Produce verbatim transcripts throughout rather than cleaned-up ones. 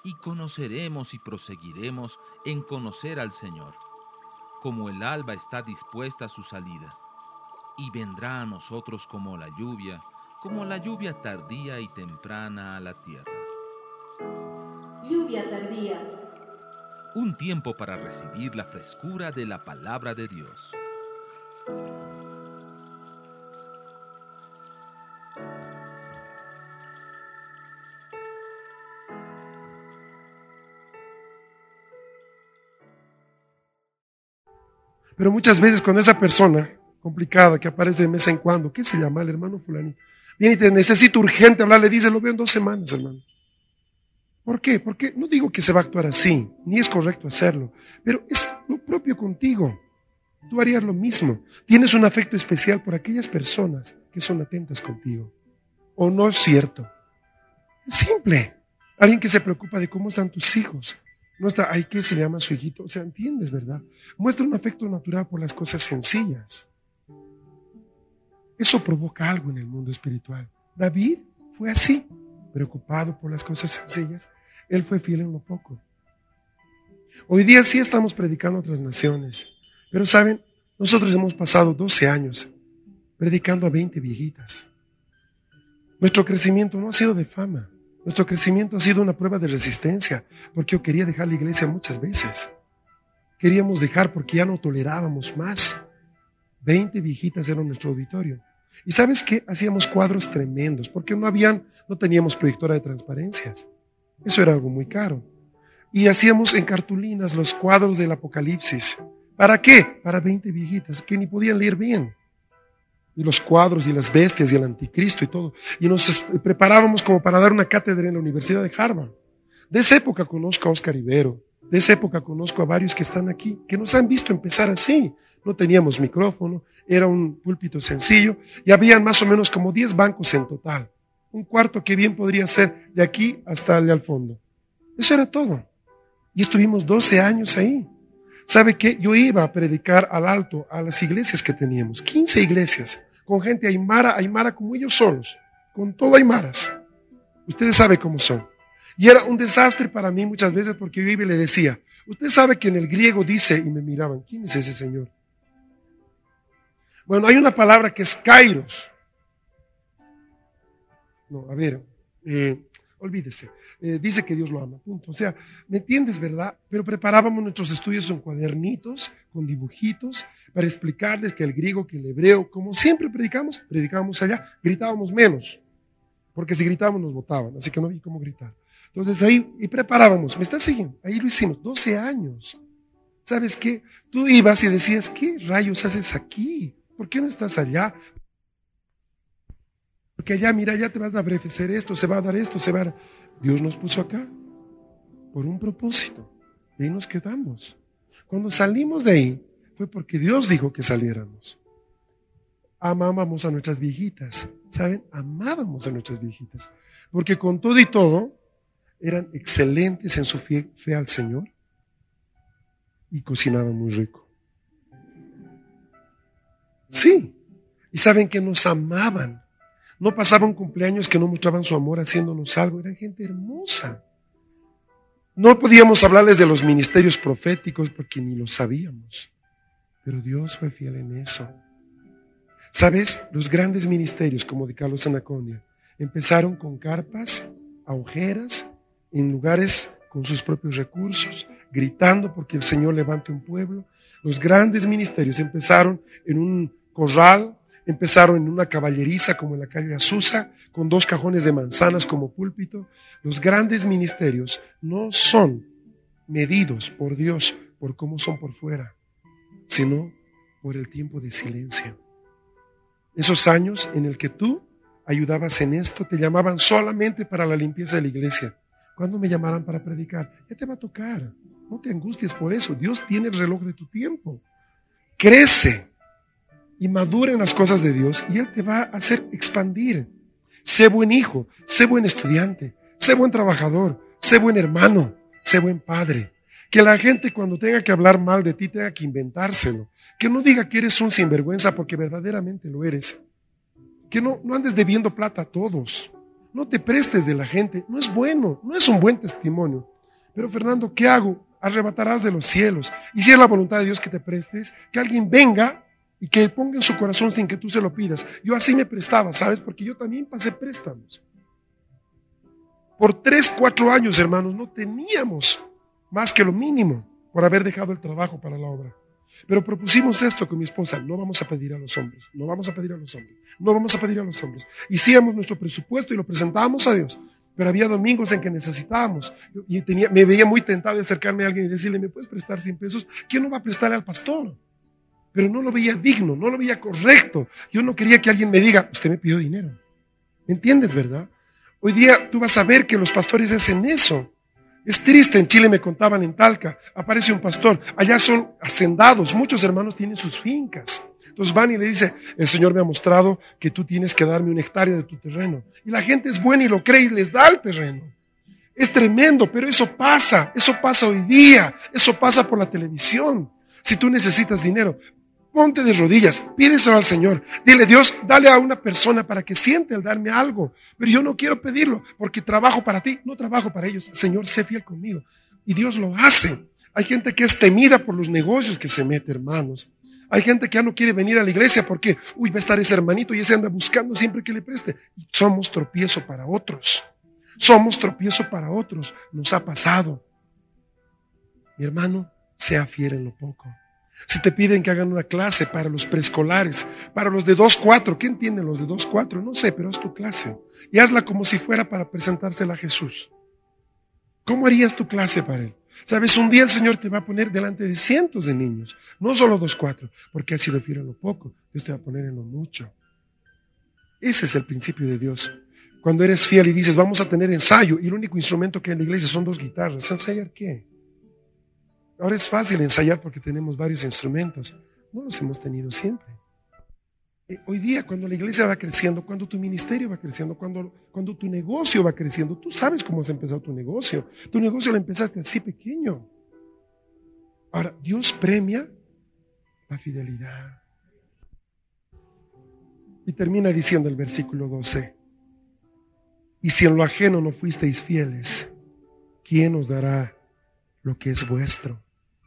y conoceremos y proseguiremos en conocer al Señor, como el alba está dispuesta a su salida, y vendrá a nosotros como la lluvia, como la lluvia tardía y temprana a la tierra. Lluvia tardía. Un tiempo para recibir la frescura de la palabra de Dios. Pero muchas veces cuando esa persona complicada que aparece de vez en cuando, ¿qué se llama el hermano fulanito? Viene y te necesito urgente hablar, le dice, lo veo en dos semanas, hermano. ¿Por qué? Porque no digo que se va a actuar así, ni es correcto hacerlo, pero es lo propio contigo. Tú harías lo mismo. Tienes un afecto especial por aquellas personas que son atentas contigo. ¿O no es cierto? Es simple. Alguien que se preocupa de cómo están tus hijos. No está, ay, ¿qué se llama su hijito? O sea, entiendes, ¿verdad? Muestra un afecto natural por las cosas sencillas. Eso provoca algo en el mundo espiritual. David fue así, preocupado por las cosas sencillas. Él fue fiel en lo poco. Hoy día sí estamos predicando a otras naciones, pero saben, nosotros hemos pasado doce años predicando a veinte viejitas. Nuestro crecimiento no ha sido de fama. Nuestro crecimiento ha sido una prueba de resistencia, porque yo quería dejar la iglesia muchas veces. Queríamos dejar porque ya no tolerábamos más. Veinte viejitas eran nuestro auditorio. ¿Y sabes qué? Hacíamos cuadros tremendos, porque no habían, no teníamos proyectora de transparencias. Eso era algo muy caro. Y hacíamos en cartulinas los cuadros del Apocalipsis. ¿Para qué? Para veinte viejitas que ni podían leer bien. Y los cuadros y las bestias y el anticristo y todo. Y nos preparábamos como para dar una cátedra en la Universidad de Harvard. De esa época conozco a Oscar Ibero. De esa época conozco a varios que están aquí, que nos han visto empezar así. No teníamos micrófono, era un púlpito sencillo y habían más o menos como diez bancos en total. Un cuarto que bien podría ser de aquí hasta allá al fondo. Eso era todo. Y estuvimos doce años ahí. ¿Sabe qué? Yo iba a predicar al alto a las iglesias que teníamos, quince iglesias, con gente aymara, aymara como ellos solos, con todo aymaras. Ustedes saben cómo son. Y era un desastre para mí muchas veces porque yo iba y le decía, usted sabe que en el griego dice, y me miraban, ¿quién es ese señor? Bueno, hay una palabra que es kairos. No, a ver, eh, olvídese. Eh, dice que Dios lo ama, punto. O sea, ¿me entiendes, verdad? Pero preparábamos nuestros estudios en cuadernitos, con dibujitos, para explicarles que el griego, que el hebreo, como siempre predicamos, predicábamos allá, gritábamos menos, porque si gritábamos nos votaban, así que no había cómo gritar. Entonces ahí, y preparábamos, ¿me estás siguiendo? Ahí lo hicimos, doce años. ¿Sabes qué? Tú ibas y decías, ¿qué rayos haces aquí? ¿Por qué no estás allá? Porque allá, mira, ya te vas a ofrecer esto, se va a dar esto, se va a dar. Dios nos puso acá por un propósito. Y ahí nos quedamos. Cuando salimos de ahí, fue porque Dios dijo que saliéramos. Amábamos a nuestras viejitas, ¿saben? Amábamos a nuestras viejitas. Porque con todo y todo, eran excelentes en su fe, fe al Señor y cocinaban muy rico. Sí, y saben que nos amaban. No pasaban cumpleaños que no mostraban su amor haciéndonos algo. Eran gente hermosa. No podíamos hablarles de los ministerios proféticos porque ni lo sabíamos. Pero Dios fue fiel en eso. ¿Sabes? Los grandes ministerios como de Carlos Anacondia empezaron con carpas, agujeras, en lugares con sus propios recursos, gritando porque el Señor levante un pueblo. Los grandes ministerios empezaron en un corral, empezaron en una caballeriza como en la calle Azusa, con dos cajones de manzanas como púlpito. Los grandes ministerios no son medidos por Dios por cómo son por fuera, sino por el tiempo de silencio. Esos años en el que tú ayudabas en esto, te llamaban solamente para la limpieza de la iglesia. ¿Cuándo me llamarán para predicar? Ya te va a tocar. No te angusties por eso. Dios tiene el reloj de tu tiempo. Crece y madura en las cosas de Dios y Él te va a hacer expandir. Sé buen hijo, sé buen estudiante, sé buen trabajador, sé buen hermano, sé buen padre. Que la gente cuando tenga que hablar mal de ti tenga que inventárselo. Que no diga que eres un sinvergüenza porque verdaderamente lo eres. Que no, no andes debiendo plata a todos. No te prestes de la gente. No es bueno, no es un buen testimonio. Pero Fernando, ¿qué hago? Arrebatarás de los cielos. Y si es la voluntad de Dios que te prestes, que alguien venga y que ponga en su corazón sin que tú se lo pidas. Yo así me prestaba, ¿sabes? Porque yo también pasé préstamos. Por tres, cuatro años, hermanos, no teníamos más que lo mínimo por haber dejado el trabajo para la obra. Pero propusimos esto con mi esposa: no vamos a pedir a los hombres, no vamos a pedir a los hombres, no vamos a pedir a los hombres. Hicíamos nuestro presupuesto y lo presentábamos a Dios. Pero había domingos en que necesitábamos. Y tenía, me veía muy tentado de acercarme a alguien y decirle: ¿me puedes prestar cien pesos? ¿Quién no va a prestarle al pastor? Pero no lo veía digno, no lo veía correcto. Yo no quería que alguien me diga: usted me pidió dinero. ¿Me entiendes, verdad? Hoy día tú vas a ver que los pastores hacen eso. Es triste. En Chile me contaban, en Talca, aparece un pastor, allá son hacendados, muchos hermanos tienen sus fincas. Entonces van y le dice: el Señor me ha mostrado que tú tienes que darme una hectárea de tu terreno. Y la gente es buena y lo cree y les da el terreno. Es tremendo, pero eso pasa, eso pasa hoy día, eso pasa por la televisión. Si tú necesitas dinero, ponte de rodillas, pídeselo al Señor. Dile: Dios, dale a una persona para que siente el darme algo. Pero yo no quiero pedirlo porque trabajo para ti, no trabajo para ellos. Señor, sé fiel conmigo. Y Dios lo hace. Hay gente que es temida por los negocios que se mete, hermanos. Hay gente que ya no quiere venir a la iglesia porque, uy, va a estar ese hermanito y ese anda buscando siempre que le preste. Y somos tropiezo para otros. Somos tropiezo para otros. Nos ha pasado. Mi hermano, sea fiel en lo poco. Si te piden que hagan una clase para los preescolares, para los de dos cuatro, ¿qué entienden los de dos cuatro? No sé, pero haz tu clase y hazla como si fuera para presentársela a Jesús. ¿Cómo harías tu clase para Él? Sabes, un día el Señor te va a poner delante de cientos de niños, no solo dos cuatro, porque has sido fiel en lo poco, Dios te va a poner en lo mucho. Ese es el principio de Dios. Cuando eres fiel y dices: vamos a tener ensayo, y el único instrumento que hay en la iglesia son dos guitarras, ¿ensayar qué? Ahora es fácil ensayar porque tenemos varios instrumentos. No los hemos tenido siempre. Eh, hoy día, cuando la iglesia va creciendo, cuando tu ministerio va creciendo, cuando, cuando tu negocio va creciendo, tú sabes cómo has empezado tu negocio. Tu negocio lo empezaste así pequeño. Ahora, Dios premia la fidelidad. Y termina diciendo el versículo doce: y si en lo ajeno no fuisteis fieles, ¿quién os dará lo que es vuestro?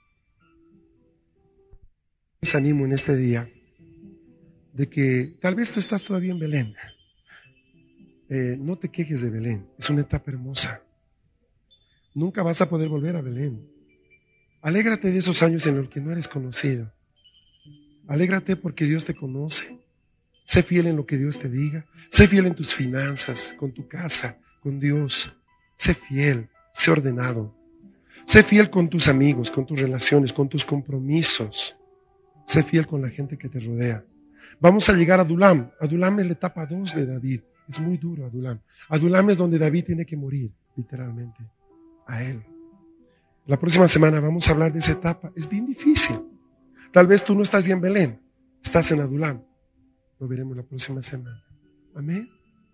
Les animo en este día de que tal vez tú estás todavía en Belén. Eh, no te quejes de Belén, es una etapa hermosa. Nunca vas a poder volver a Belén. Alégrate de esos años en los que no eres conocido. Alégrate porque Dios te conoce. Sé fiel en lo que Dios te diga. Sé fiel en tus finanzas, con tu casa, con Dios. Sé fiel, sé ordenado. Sé fiel con tus amigos, con tus relaciones, con tus compromisos. Sé fiel con la gente que te rodea. Vamos a llegar a Adulam. Adulam es la etapa dos de David. Es muy duro Adulam. Adulam es donde David tiene que morir, literalmente, a él. La próxima semana vamos a hablar de esa etapa. Es bien difícil. Tal vez tú no estás ya en Belén, estás en Adulam. Lo veremos la próxima semana. Amén.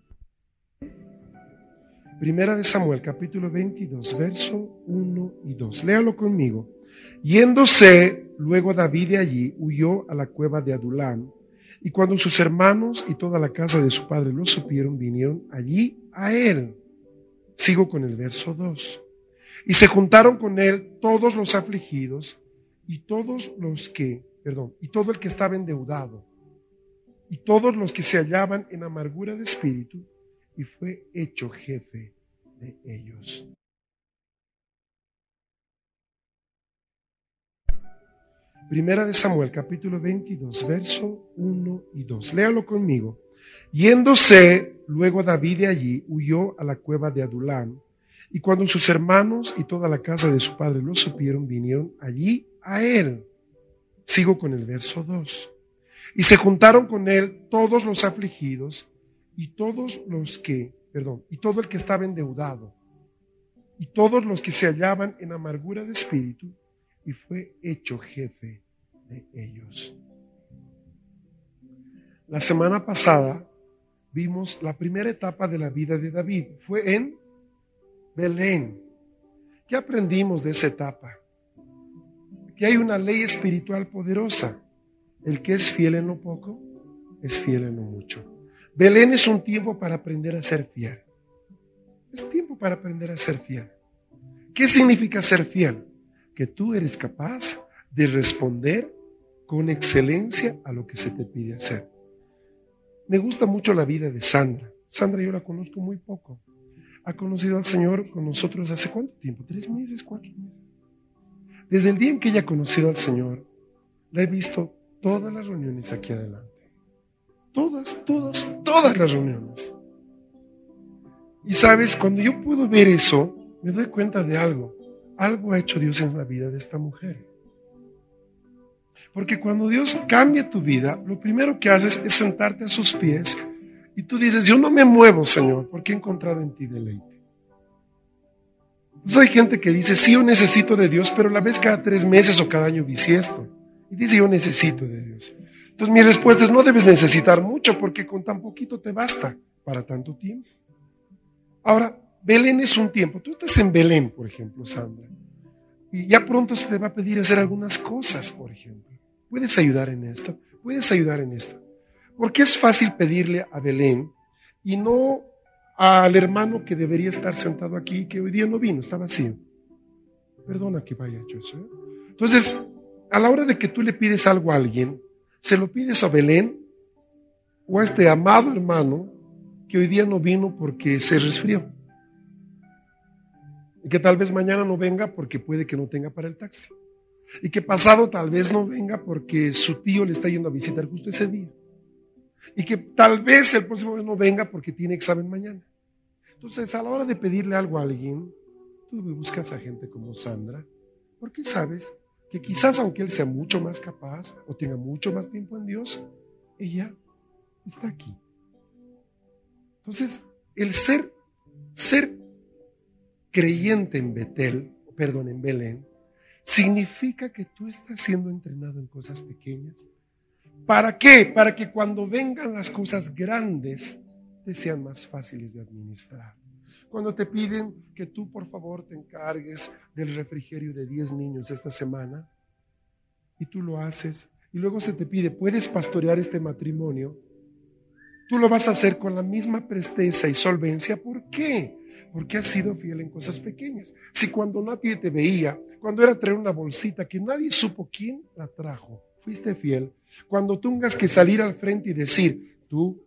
Primera de Samuel, capítulo veintidós, verso uno y dos. Léalo conmigo. Yéndose luego David de allí, huyó a la cueva de Adulam. Y cuando sus hermanos y toda la casa de su padre lo supieron, vinieron allí a él. Sigo con el verso dos. Y se juntaron con él todos los afligidos y todos los que, perdón, y todo el que estaba endeudado y todos los que se hallaban en amargura de espíritu, y fue hecho jefe de ellos. Primera de Samuel, capítulo veintidós, verso uno y dos. Léalo conmigo. Yéndose luego David de allí, huyó a la cueva de Adulam. Y cuando sus hermanos y toda la casa de su padre lo supieron, vinieron allí a él. Sigo con el verso dos. Y se juntaron con él todos los afligidos y todos los que, perdón, y todo el que estaba endeudado y todos los que se hallaban en amargura de espíritu, y fue hecho jefe de ellos. La semana pasada vimos la primera etapa de la vida de David. Fue en Belén. ¿Qué aprendimos de esa etapa? Que hay una ley espiritual poderosa. El que es fiel en lo poco, es fiel en lo mucho. Belén es un tiempo para aprender a ser fiel. Es tiempo para aprender a ser fiel. ¿Qué significa ser fiel? Que tú eres capaz de responder con excelencia a lo que se te pide hacer. Me gusta mucho la vida de Sandra. Sandra yo la conozco muy poco. Ha conocido al Señor con nosotros hace ¿cuánto tiempo? ¿Tres meses? ¿Cuatro meses? Desde el día en que ella ha conocido al Señor, la he visto todas las reuniones aquí adelante. Todas, todas, todas las reuniones. Y sabes, cuando yo puedo ver eso, me doy cuenta de algo. Algo ha hecho Dios en la vida de esta mujer. Porque cuando Dios cambia tu vida, lo primero que haces es sentarte a sus pies y tú dices, yo no me muevo, Señor, porque he encontrado en ti deleite. Entonces hay gente que dice, sí, yo necesito de Dios, pero la vez cada tres meses o cada año bisiesto. Y dice, yo necesito de Dios. Entonces mi respuesta es, no debes necesitar mucho, porque con tan poquito te basta para tanto tiempo. Ahora, Belén es un tiempo. Tú estás en Belén, por ejemplo, Sandra, y ya pronto se te va a pedir hacer algunas cosas, por ejemplo. ¿Puedes ayudar en esto? ¿Puedes ayudar en esto? Porque es fácil pedirle a Belén y no al hermano que debería estar sentado aquí, que hoy día no vino, está vacío. Perdona que vaya hecho eso, ¿eh? Entonces, a la hora de que tú le pides algo a alguien, se lo pides a Belén o a este amado hermano que hoy día no vino porque se resfrió. Y que tal vez mañana no venga porque puede que no tenga para el taxi. Y que pasado tal vez no venga porque su tío le está yendo a visitar justo ese día. Y que tal vez el próximo mes no venga porque tiene examen mañana. Entonces, a la hora de pedirle algo a alguien, tú buscas a gente como Sandra, porque sabes que quizás aunque él sea mucho más capaz o tenga mucho más tiempo en Dios, ella está aquí. Entonces, el ser, ser creyente en Betel, perdón, en Belén, significa que tú estás siendo entrenado en cosas pequeñas. ¿Para qué? Para que cuando vengan las cosas grandes te sean más fáciles de administrar. Cuando te piden que tú por favor te encargues del refrigerio de diez niños esta semana y tú lo haces y luego se te pide, ¿puedes pastorear este matrimonio? Tú lo vas a hacer con la misma presteza y solvencia. ¿Por qué? Porque has sido fiel en cosas pequeñas. Si cuando nadie te veía, cuando era traer una bolsita que nadie supo quién la trajo, fuiste fiel. Cuando tengas que salir al frente y decir, tú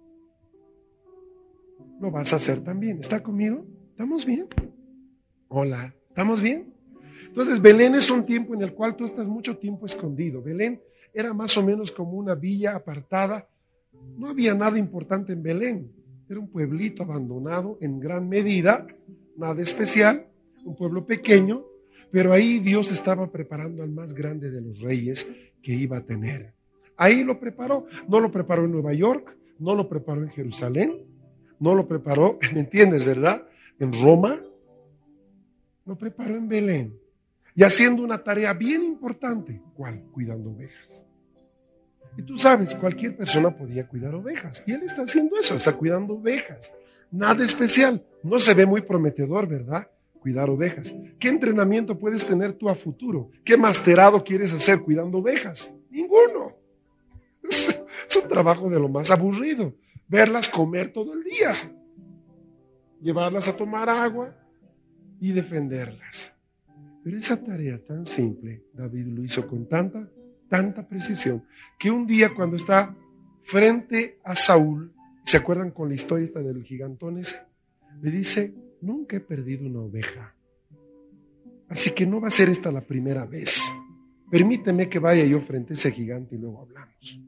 lo vas a hacer también. ¿Está conmigo? ¿Estamos bien? Hola, ¿estamos bien? Entonces, Belén es un tiempo en el cual tú estás mucho tiempo escondido. Belén era más o menos como una villa apartada. No había nada importante en Belén. Era un pueblito abandonado en gran medida, nada especial, un pueblo pequeño, pero ahí Dios estaba preparando al más grande de los reyes que iba a tener. Ahí lo preparó. No lo preparó en Nueva York, no lo preparó en Jerusalén, no lo preparó, ¿me entiendes, verdad? En Roma. Lo preparó en Belén. Y haciendo una tarea bien importante. ¿Cuál? Cuidando ovejas. Y tú sabes, cualquier persona podía cuidar ovejas. Y él está haciendo eso, está cuidando ovejas. Nada especial. No se ve muy prometedor, ¿verdad? Cuidar ovejas. ¿Qué entrenamiento puedes tener tú a futuro? ¿Qué masterado quieres hacer cuidando ovejas? Ninguno. Es, es un trabajo de lo más aburrido. Verlas comer todo el día. Llevarlas a tomar agua y defenderlas. Pero esa tarea tan simple, David lo hizo con tanta tanta precisión, que un día cuando está frente a Saúl, ¿se acuerdan con la historia esta del gigantón ese? Le dice, nunca he perdido una oveja, así que no va a ser esta la primera vez. Permíteme que vaya yo frente a ese gigante y luego hablamos.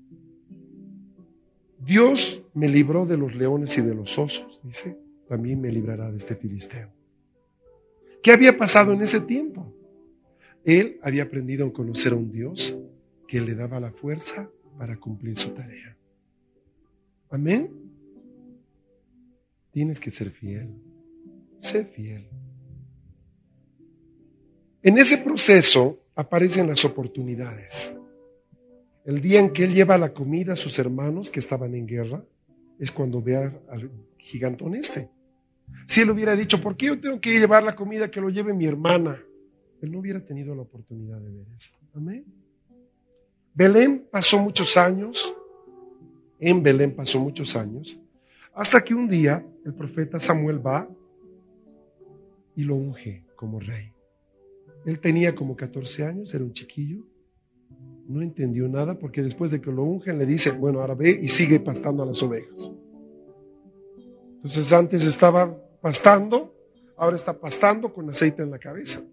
Dios me libró de los leones y de los osos, dice, también me librará de este filisteo. ¿Qué había pasado en ese tiempo? Él había aprendido a conocer a un Dios que le daba la fuerza para cumplir su tarea. Amén. Tienes que ser fiel. Sé fiel. En ese proceso aparecen las oportunidades. El día en que él lleva la comida a sus hermanos que estaban en guerra, es cuando ve al gigantón este. Si él hubiera dicho, ¿por qué yo tengo que llevar la comida que lo lleve mi hermana? Él no hubiera tenido la oportunidad de ver esto. Amén. Belén pasó muchos años, en Belén pasó muchos años, hasta que un día el profeta Samuel va y lo unge como rey. Él tenía como catorce años, era un chiquillo, no entendió nada porque después de que lo ungen le dicen, bueno, ahora ve y sigue pastando a las ovejas. Entonces antes estaba pastando, ahora está pastando con aceite en la cabeza.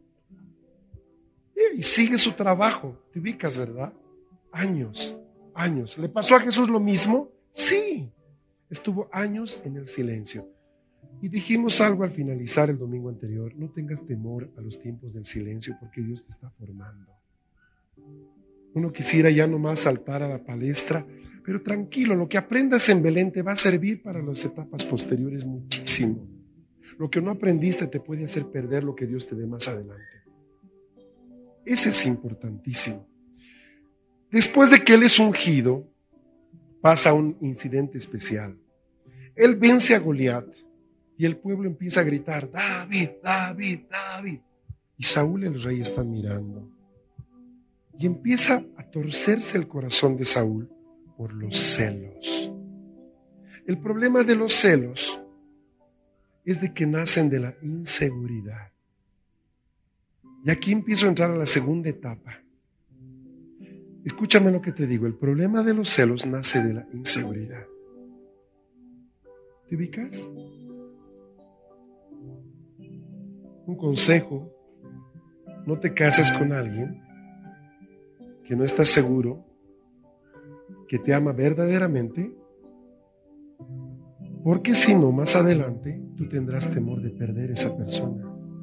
Y sigue su trabajo, te ubicas, ¿verdad? Años, años. ¿Le pasó a Jesús lo mismo? Sí, estuvo años en el silencio. Y dijimos algo al finalizar el domingo anterior, no tengas temor a los tiempos del silencio porque Dios te está formando. Uno quisiera ya nomás saltar a la palestra, pero tranquilo, lo que aprendas en Belén te va a servir para las etapas posteriores muchísimo. Lo que no aprendiste te puede hacer perder lo que Dios te dé más adelante. Ese es importantísimo. Después de que él es ungido, pasa un incidente especial. Él vence a Goliat y el pueblo empieza a gritar, David, David, David. Y Saúl el rey está mirando. Y empieza a torcerse el corazón de Saúl por los celos. El problema de los celos es de que nacen de la inseguridad. Y aquí empiezo a entrar a la segunda etapa. Escúchame lo que te digo, el problema de los celos nace de la inseguridad. ¿Te ubicas? Un consejo, no te cases con alguien que no estás seguro que te ama verdaderamente, porque si no, más adelante tú tendrás temor de perder a esa persona.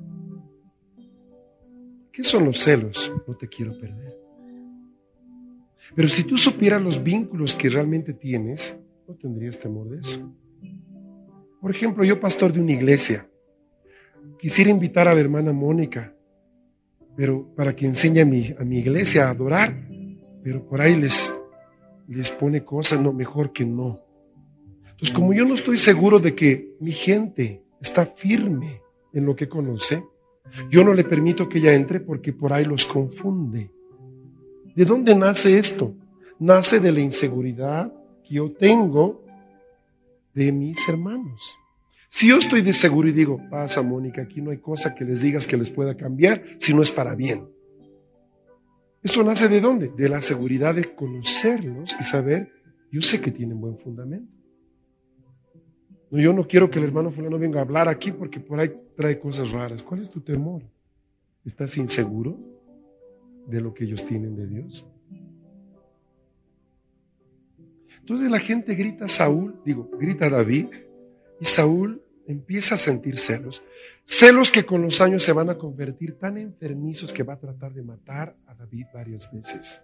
¿Qué son los celos? No te quiero perder. Pero si tú supieras los vínculos que realmente tienes, no tendrías temor de eso. Por ejemplo, yo pastor de una iglesia, quisiera invitar a la hermana Mónica, pero para que enseñe a mi, a mi iglesia a adorar, pero por ahí les, les pone cosas, no, mejor que no. Entonces, como yo no estoy seguro de que mi gente está firme en lo que conoce, yo no le permito que ella entre porque por ahí los confunde. ¿De dónde nace esto? Nace de la inseguridad que yo tengo de mis hermanos. Si yo estoy de seguro y digo, pasa Mónica, aquí no hay cosa que les digas que les pueda cambiar si no es para bien. ¿Eso nace de dónde? De la seguridad de conocerlos y saber, yo sé que tienen buen fundamento. No, yo no quiero que el hermano fulano venga a hablar aquí porque por ahí trae cosas raras. ¿Cuál es tu temor? ¿Estás inseguro de lo que ellos tienen de Dios? Entonces la gente grita a Saúl, digo, grita a David, y Saúl empieza a sentir celos. Celos que con los años se van a convertir tan enfermizos que va a tratar de matar a David varias veces.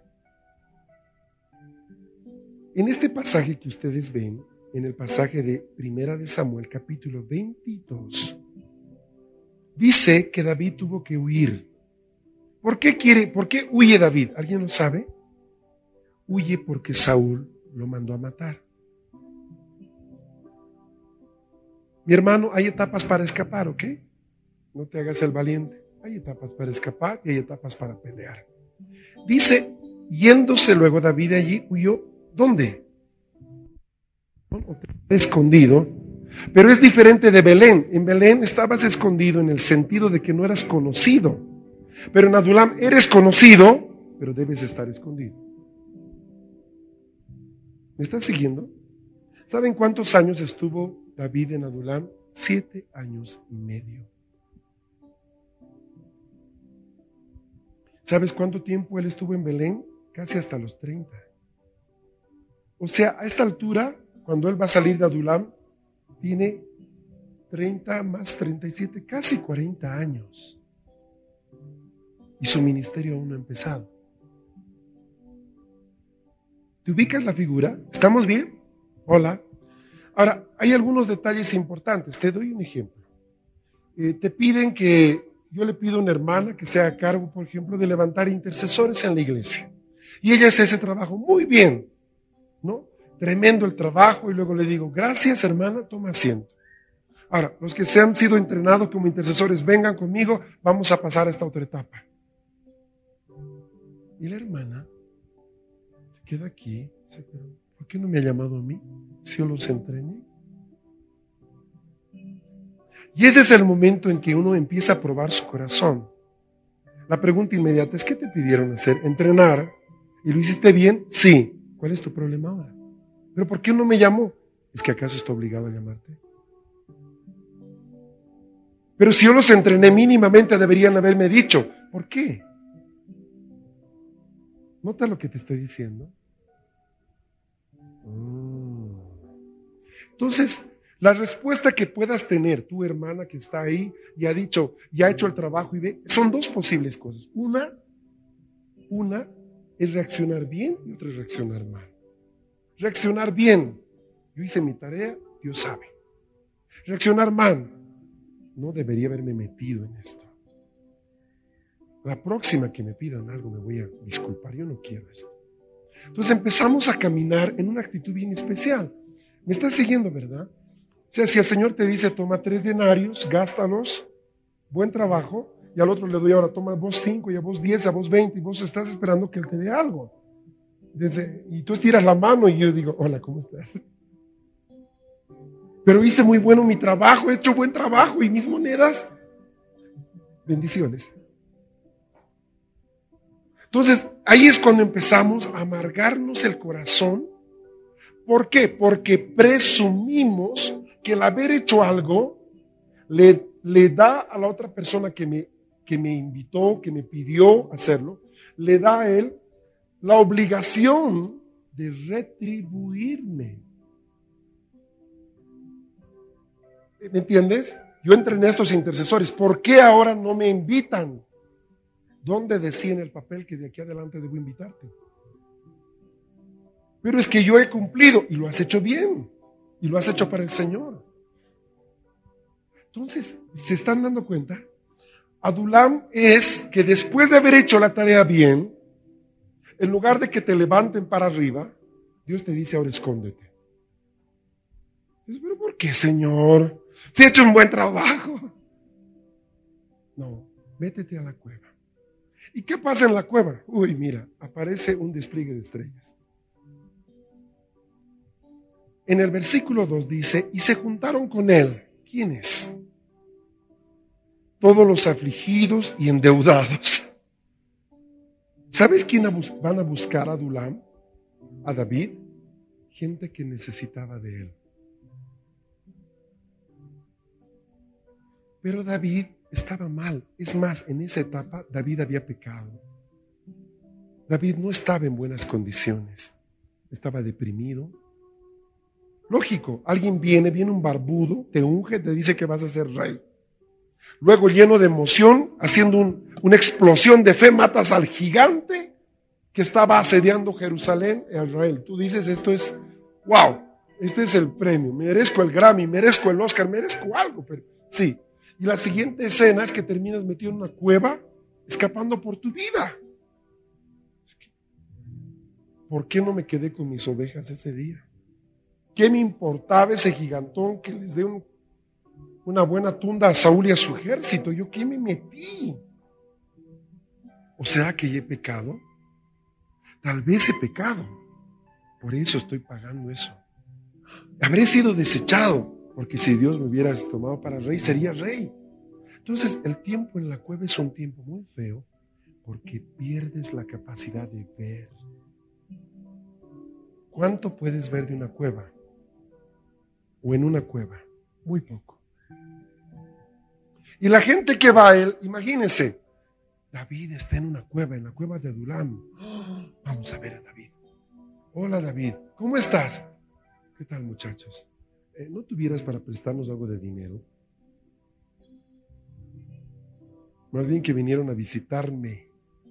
En este pasaje que ustedes ven, en el pasaje de Primera de Samuel, capítulo veintidós, dice que David tuvo que huir. ¿Por qué quiere, por qué huye David? ¿Alguien lo sabe? Huye porque Saúl lo mandó a matar. Mi hermano, hay etapas para escapar, ¿ok? No te hagas el valiente. Hay etapas para escapar y hay etapas para pelear. Dice, yéndose luego David de allí, huyó. ¿Dónde? Escondido. Pero es diferente de Belén. En Belén estabas escondido en el sentido de que no eras conocido. Pero en Adulam eres conocido, pero debes estar escondido. ¿Me estás siguiendo? ¿Saben cuántos años estuvo David en Adulam? Siete años y medio. ¿Sabes cuánto tiempo él estuvo en Belén? Casi hasta los treinta. O sea, a esta altura, cuando él va a salir de Adulam, tiene treinta más treinta y siete, casi cuarenta años. Y su ministerio aún no ha empezado. ¿Te ubicas la figura? ¿Estamos bien? Hola. Ahora, hay algunos detalles importantes. Te doy un ejemplo. Eh, te piden que, yo le pido a una hermana que se haga cargo, por ejemplo, de levantar intercesores en la iglesia. Y ella hace ese trabajo muy bien, ¿no? Tremendo el trabajo, y luego le digo, gracias hermana, toma asiento. Ahora, los que se han sido entrenados como intercesores, vengan conmigo, vamos a pasar a esta otra etapa. Y la hermana se queda aquí, dice, pero ¿por qué no me ha llamado a mí? Si yo los entrené. Y ese es el momento en que uno empieza a probar su corazón. La pregunta inmediata es, ¿qué te pidieron hacer? ¿Entrenar? ¿Y lo hiciste bien? Sí. ¿Cuál es tu problema ahora? ¿Pero por qué no me llamó? ¿Es que acaso está obligado a llamarte? Pero si yo los entrené mínimamente, deberían haberme dicho. ¿Por qué? ¿Nota lo que te estoy diciendo? Mm. Entonces, la respuesta que puedas tener, tu hermana que está ahí y ha dicho, ya ha hecho el trabajo y ve, son dos posibles cosas. Una, una es reaccionar bien y otra es reaccionar mal. Reaccionar bien, yo hice mi tarea, Dios sabe. Reaccionar mal, no debería haberme metido en esto. La próxima que me pidan algo me voy a disculpar, yo no quiero esto. Entonces empezamos a caminar en una actitud bien especial. ¿Me estás siguiendo, verdad? O sea, si el Señor te dice, toma tres denarios, gástalos, buen trabajo, y al otro le doy ahora, toma vos cinco, y a vos diez, a vos veinte, y vos estás esperando que Él te dé algo. Desde, y tú estiras la mano y yo digo, hola, ¿cómo estás? Pero hice muy bueno mi trabajo, he hecho buen trabajo y mis monedas, bendiciones. Entonces, ahí es cuando empezamos a amargarnos el corazón. ¿Por qué? Porque presumimos que el haber hecho algo le, le da a la otra persona que me, que me invitó, que me pidió hacerlo, le da a él la obligación de retribuirme. ¿Me entiendes? Yo entrené a estos intercesores. ¿Por qué ahora no me invitan? ¿Dónde decía en el papel que de aquí adelante debo invitarte? Pero es que yo he cumplido y lo has hecho bien y lo has hecho para el Señor. Entonces, ¿se están dando cuenta? Adulam es que después de haber hecho la tarea bien, en lugar de que te levanten para arriba, Dios te dice, ahora escóndete. ¿Pero por qué, Señor? Si he hecho un buen trabajo. No, métete a la cueva. ¿Y qué pasa en la cueva? Uy, mira, aparece un despliegue de estrellas. En el versículo dos dice, y se juntaron con él. ¿Quiénes? Todos los afligidos y endeudados. ¿Sabes quién van a buscar a Adulam? A David. Gente que necesitaba de él. Pero David estaba mal. Es más, en esa etapa David había pecado. David no estaba en buenas condiciones. Estaba deprimido. Lógico, alguien viene, viene un barbudo, te unge, te dice que vas a ser rey. Luego, lleno de emoción, haciendo un, una explosión de fe, matas al gigante que estaba asediando Jerusalén e Israel. Tú dices, esto es, wow, este es el premio, merezco el Grammy, merezco el Oscar, merezco algo, pero sí. Y la siguiente escena es que terminas metido en una cueva, escapando por tu vida. ¿Por qué no me quedé con mis ovejas ese día? ¿Qué me importaba ese gigantón que les dé un, una buena tunda a Saúl y a su ejército? ¿Yo qué me metí? ¿O será que ya he pecado? Tal vez he pecado. Por eso estoy pagando eso. Habré sido desechado, porque si Dios me hubiera tomado para rey, sería rey. Entonces, el tiempo en la cueva es un tiempo muy feo, porque pierdes la capacidad de ver. ¿Cuánto puedes ver de una cueva? O en una cueva, muy poco. Y la gente que va a él, imagínense, David está en una cueva, en la cueva de Adulam. Oh, vamos a ver a David. Hola David, ¿cómo estás? ¿Qué tal, muchachos? Eh, ¿No tuvieras para prestarnos algo de dinero? Más bien que vinieron a visitarme.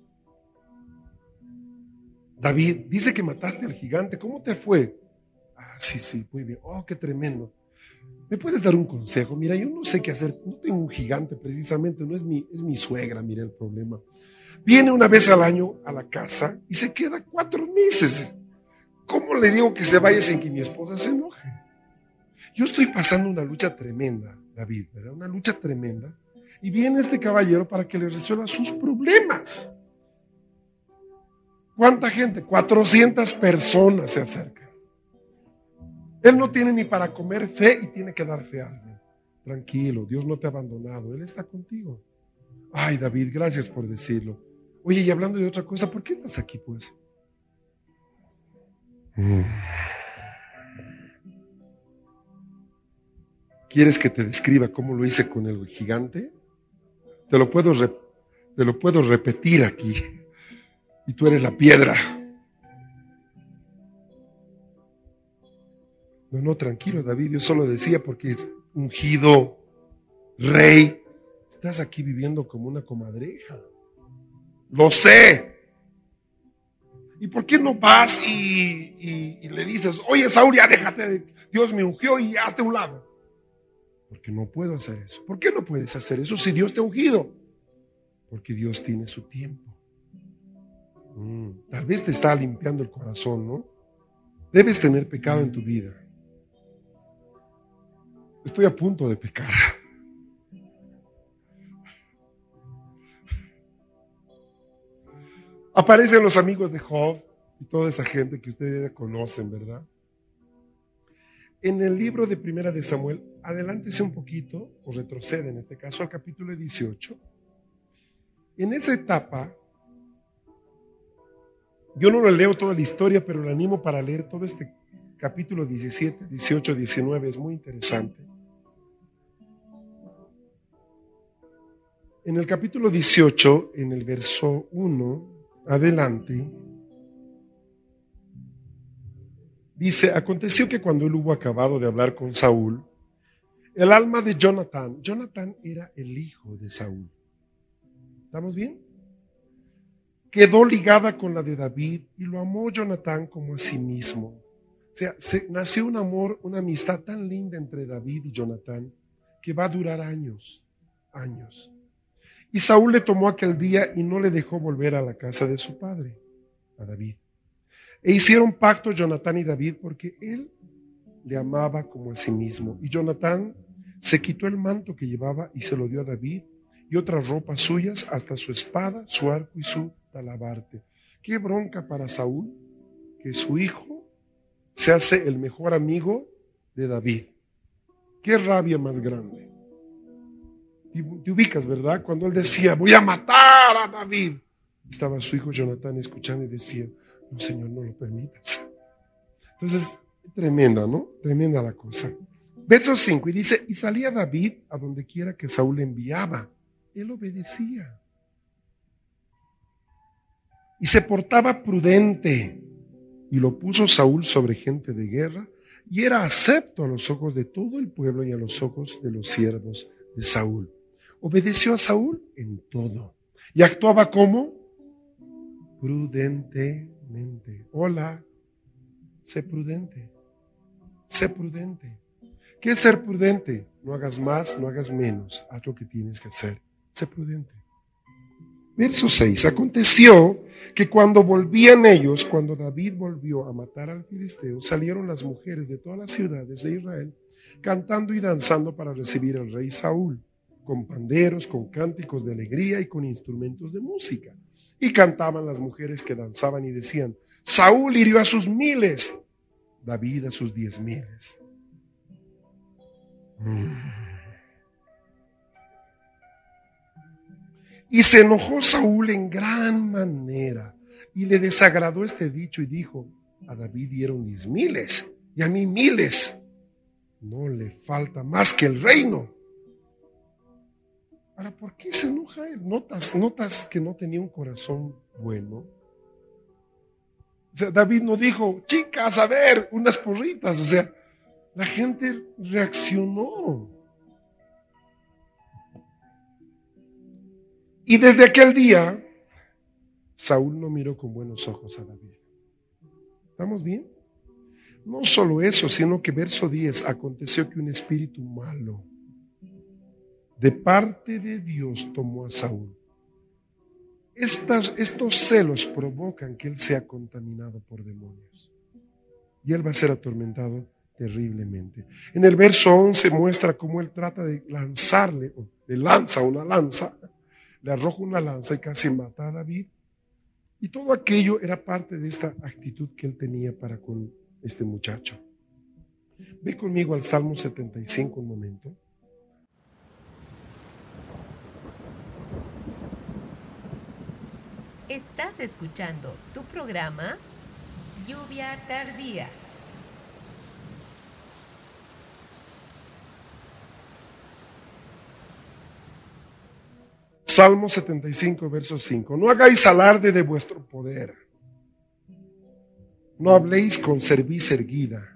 David, dice que mataste al gigante, ¿cómo te fue? Ah, sí, sí, muy bien. Oh, qué tremendo. ¿Me puedes dar un consejo? Mira, yo no sé qué hacer. No tengo un gigante precisamente, no es mi, es mi suegra, mira el problema. Viene una vez al año a la casa y se queda cuatro meses. ¿Cómo le digo que se vaya sin que mi esposa se enoje? Yo estoy pasando una lucha tremenda, David, ¿verdad? Una lucha tremenda. Y viene este caballero para que le resuelva sus problemas. ¿Cuánta gente? cuatrocientas personas se acercan. Él no tiene ni para comer fe y tiene que dar fe a alguien. tranquilo, Dios no te ha abandonado, Él está contigo. Ay, David, gracias por decirlo. Oye, y hablando de otra cosa, ¿por qué estás aquí, pues? Mm. ¿Quieres que te describa cómo lo hice con el gigante? Te lo puedo, re- te lo puedo repetir aquí. Y tú eres la piedra. No, no, tranquilo, David. Yo solo decía porque es ungido, rey. Estás aquí viviendo como una comadreja. Lo sé. ¿Y por qué no vas y, y, y le dices, oye, Saúl, ya déjate, de, Dios me ungió y hazte a un lado? Porque no puedo hacer eso. ¿Por qué no puedes hacer eso si Dios te ha ungido? Porque Dios tiene su tiempo. Mm, tal vez te está limpiando el corazón, ¿no? Debes tener pecado en tu vida. Estoy a punto de pecar. Aparecen los amigos de Job y toda esa gente que ustedes ya conocen, ¿verdad? En el libro de Primera de Samuel, adelántese un poquito, o retrocede en este caso al capítulo dieciocho. En esa etapa, yo no le leo toda la historia, pero le animo para leer todo este capítulo diecisiete, dieciocho, diecinueve, es muy interesante. En el capítulo dieciocho, en el verso uno, adelante, dice, aconteció que cuando él hubo acabado de hablar con Saúl, el alma de Jonatán, Jonatán era el hijo de Saúl. ¿Estamos bien? Quedó ligada con la de David y lo amó Jonatán como a sí mismo. O sea, se, nació un amor, una amistad tan linda entre David y Jonatán que va a durar años, años. Y Saúl le tomó aquel día y no le dejó volver a la casa de su padre, a David. E hicieron pacto Jonatán y David porque él le amaba como a sí mismo. Y Jonatán se quitó el manto que llevaba y se lo dio a David y otras ropas suyas, hasta su espada, su arco y su talabarte. Qué bronca para Saúl que su hijo se hace el mejor amigo de David. Qué rabia más grande. Te ubicas, ¿verdad? Cuando él decía, voy a matar a David. Estaba su hijo Jonatán escuchando y decía, no, Señor, no lo permitas. Entonces, tremenda, ¿no? Tremenda la cosa. Verso cinco, y dice, y salía David a donde quiera que Saúl le enviaba. Él obedecía. Y se portaba prudente. Y lo puso Saúl sobre gente de guerra. Y era acepto a los ojos de todo el pueblo y a los ojos de los siervos de Saúl. Obedeció a Saúl en todo. Y actuaba como prudentemente. Hola, sé prudente. Sé prudente. ¿Qué es ser prudente? No hagas más, no hagas menos. Haz lo que tienes que hacer. Sé prudente. Verso seis. Aconteció que cuando volvían ellos, cuando David volvió a matar al filisteo, salieron las mujeres de todas las ciudades de Israel cantando y danzando para recibir al rey Saúl, con panderos, con cánticos de alegría y con instrumentos de música. Y cantaban las mujeres que danzaban y decían, Saúl hirió a sus miles, David a sus diez miles. Mm. Y se enojó Saúl en gran manera y le desagradó este dicho y dijo, a David dieron diez miles y a mí miles. No le falta más que el reino. Ahora, ¿por qué se enoja él? ¿Notas, notas que no tenía un corazón bueno? O sea, David no dijo, chicas, a ver, unas porritas. O sea, la gente reaccionó. Y desde aquel día, Saúl no miró con buenos ojos a David. ¿Estamos bien? No solo eso, sino que verso diez, aconteció que un espíritu malo de parte de Dios tomó a Saúl. Estas, estos celos provocan que él sea contaminado por demonios. Y él va a ser atormentado terriblemente. En el verso once muestra cómo él trata de lanzarle, o le lanza una lanza, le arroja una lanza y casi mata a David. Y todo aquello era parte de esta actitud que él tenía para con este muchacho. Ve conmigo al Salmo setenta y cinco un momento. Estás escuchando tu programa Lluvia Tardía. Salmo setenta y cinco, verso cinco. No hagáis alarde de vuestro poder. No habléis con cerviz erguida.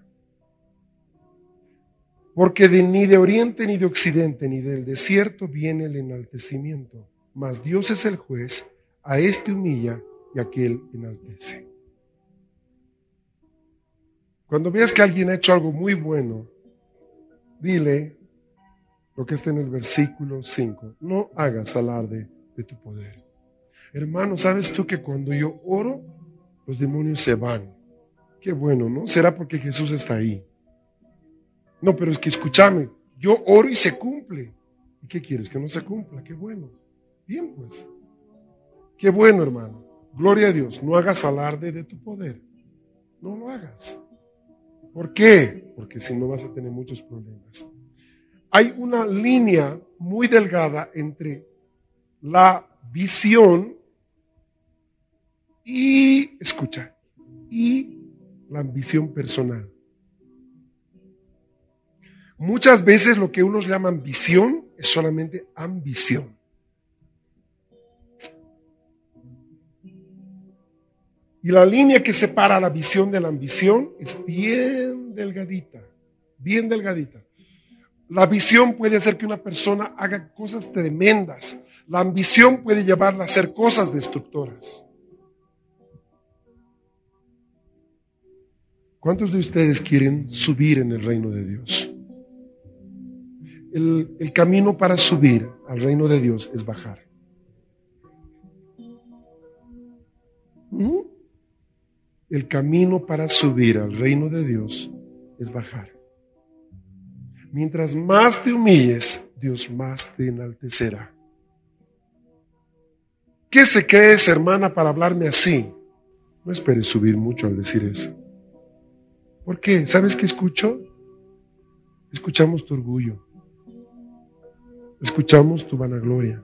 Porque de, ni de oriente, ni de occidente, ni del desierto viene el enaltecimiento. Mas Dios es el juez, a este humilla y a aquel enaltece. Cuando veas que alguien ha hecho algo muy bueno, dile lo que está en el versículo cinco. No hagas alarde de tu poder. Hermano, ¿sabes tú que cuando yo oro, los demonios se van? Qué bueno, ¿no? ¿Será porque Jesús está ahí? No, pero es que escúchame, yo oro y se cumple. ¿Y qué quieres? Que no se cumpla. Qué bueno. Bien, pues. Qué bueno, hermano. Gloria a Dios. No hagas alarde de tu poder. No lo hagas. ¿Por qué? Porque si no vas a tener muchos problemas. Hay una línea muy delgada entre la visión y, escucha, y la ambición personal. Muchas veces lo que unos llaman visión es solamente ambición. Y la línea que separa la visión de la ambición es bien delgadita, bien delgadita. La visión puede hacer que una persona haga cosas tremendas. La ambición puede llevarla a hacer cosas destructoras. ¿Cuántos de ustedes quieren subir en el reino de Dios? El, el camino para subir al reino de Dios es bajar. ¿Mm? El camino para subir al reino de Dios es bajar. Mientras más te humilles, Dios más te enaltecerá. ¿Qué se cree esa hermana para hablarme así? No esperes subir mucho al decir eso. ¿Por qué? ¿Sabes qué escucho? Escuchamos tu orgullo. Escuchamos tu vanagloria.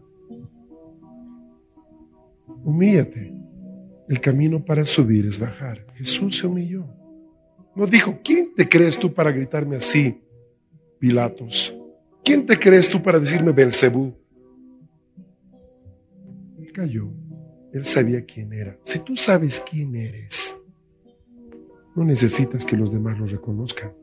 Humíllate. El camino para subir es bajar. Jesús se humilló. No dijo, ¿quién te crees tú para gritarme así, Pilatos? ¿Quién te crees tú para decirme Belcebú? Él cayó. Él sabía quién era. Si tú sabes quién eres, no necesitas que los demás lo reconozcan.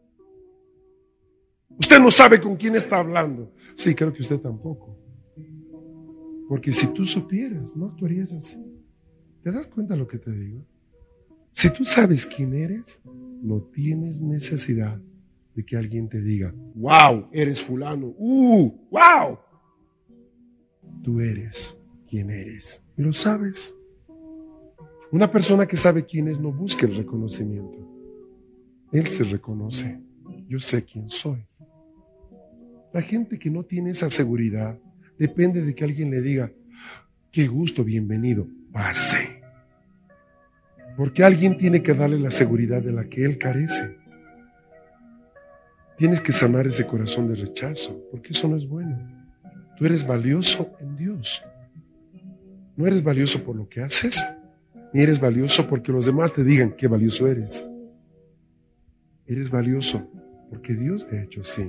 Usted no sabe con quién está hablando. Sí, creo que usted tampoco. Porque si tú supieras, no actuarías así. ¿Te das cuenta de lo que te digo? Si tú sabes quién eres, no tienes necesidad de que alguien te diga, wow, eres fulano, uh, wow. Tú eres quien eres. Y lo sabes. Una persona que sabe quién es no busca el reconocimiento. Él se reconoce. Yo sé quién soy. La gente que no tiene esa seguridad depende de que alguien le diga, qué gusto, bienvenido, pase. Porque alguien tiene que darle la seguridad de la que él carece. Tienes que sanar ese corazón de rechazo, porque eso no es bueno. Tú eres valioso en Dios. No eres valioso por lo que haces, ni eres valioso porque los demás te digan qué valioso eres. Eres valioso porque Dios te ha hecho así.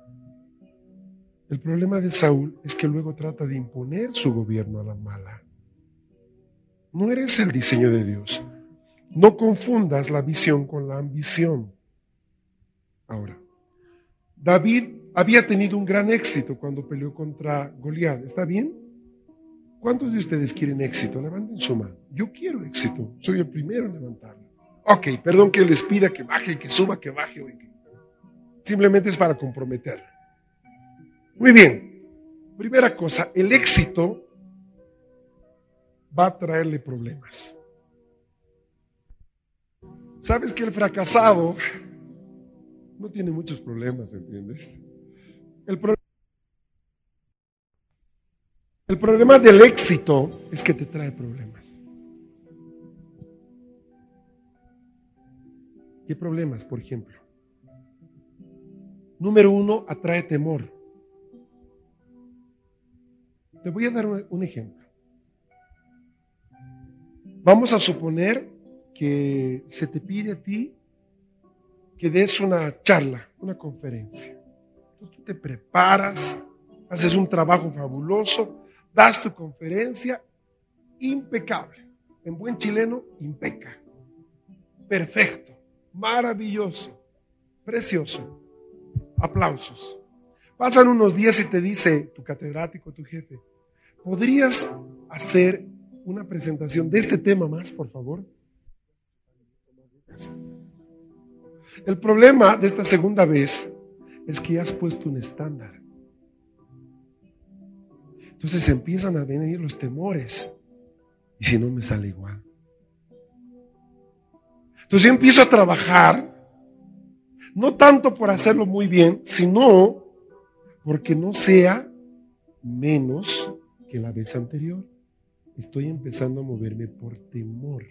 El problema de Saúl es que luego trata de imponer su gobierno a la mala. No eres el diseño de Dios. No confundas la visión con la ambición. Ahora, David había tenido un gran éxito cuando peleó contra Goliat. ¿Está bien? ¿Cuántos de ustedes quieren éxito? Levanten su mano. Yo quiero éxito. Soy el primero en levantarlo. Ok, perdón que les pida que baje, que suba, que baje. Simplemente es para comprometer. Muy bien. Primera cosa, el éxito va a traerle problemas. ¿Sabes que el fracasado no tiene muchos problemas, entiendes? El, pro- el problema del éxito es que te trae problemas. ¿Qué problemas, por ejemplo? Número uno, atrae temor. Te voy a dar un, un ejemplo. Vamos a suponer que se te pide a ti que des una charla, una conferencia. Entonces tú te preparas, haces un trabajo fabuloso, das tu conferencia impecable. En buen chileno, impeca. Perfecto, maravilloso, precioso. Aplausos. Pasan unos días y te dice tu catedrático, tu jefe, ¿podrías hacer una presentación de este tema más, por favor? El problema de esta segunda vez es que ya has puesto un estándar. Entonces empiezan a venir los temores. ¿Y si no me sale igual? Entonces yo empiezo a trabajar, no tanto por hacerlo muy bien, sino porque no sea menos que la vez anterior. Estoy empezando a moverme por temor.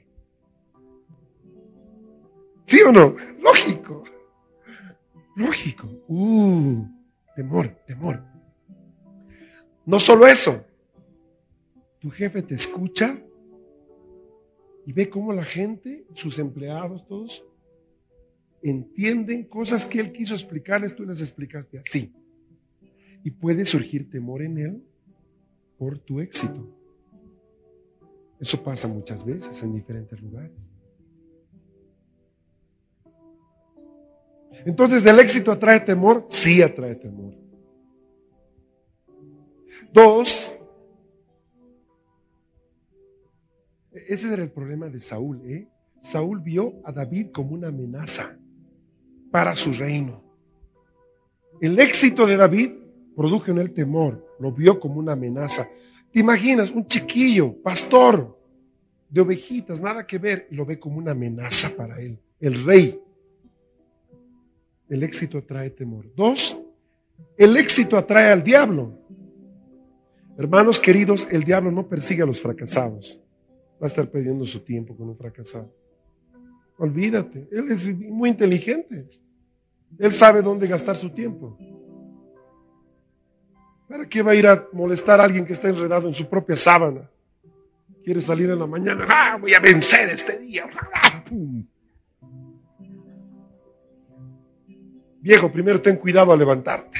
¿Sí o no? Lógico. Lógico. Uh, temor, temor. No solo eso. Tu jefe te escucha y ve cómo la gente, sus empleados, todos, entienden cosas que él quiso explicarles, tú les explicaste así. Y puede surgir temor en él por tu éxito. Eso pasa muchas veces en diferentes lugares. Entonces, ¿el éxito atrae temor? Sí, atrae temor. Dos, ese era el problema de Saúl, ¿eh? Saúl vio a David como una amenaza para su reino. El éxito de David produjo en él temor, lo vio como una amenaza. ¿Te imaginas? Un chiquillo, pastor de ovejitas, nada que ver, y lo ve como una amenaza para él, el rey. El éxito atrae temor. Dos, el éxito atrae al diablo. Hermanos queridos, el diablo no persigue a los fracasados. Va a estar perdiendo su tiempo con un fracasado. Olvídate, él es muy inteligente. Él sabe dónde gastar su tiempo. ¿Para qué va a ir a molestar a alguien que está enredado en su propia sábana? Quiere salir en la mañana. ¡Ah, voy a vencer este día! ¡Ah, pum! Viejo, primero ten cuidado al levantarte.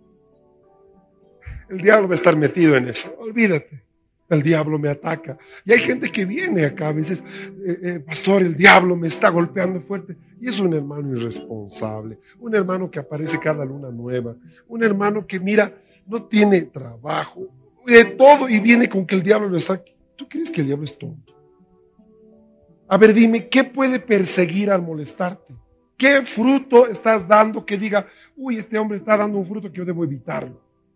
El diablo va a estar metido en eso. Olvídate. El diablo me ataca. Y hay gente que viene acá a veces, eh, eh, pastor, el diablo me está golpeando fuerte. Y es un hermano irresponsable. Un hermano que aparece cada luna nueva. Un hermano que, mira, no tiene trabajo. De todo y viene con que el diablo lo está. ¿Tú crees que el diablo es tonto? A ver, dime, ¿qué puede perseguir al molestarte? ¿Qué fruto estás dando que diga, uy, este hombre está dando un fruto que yo debo evitarlo?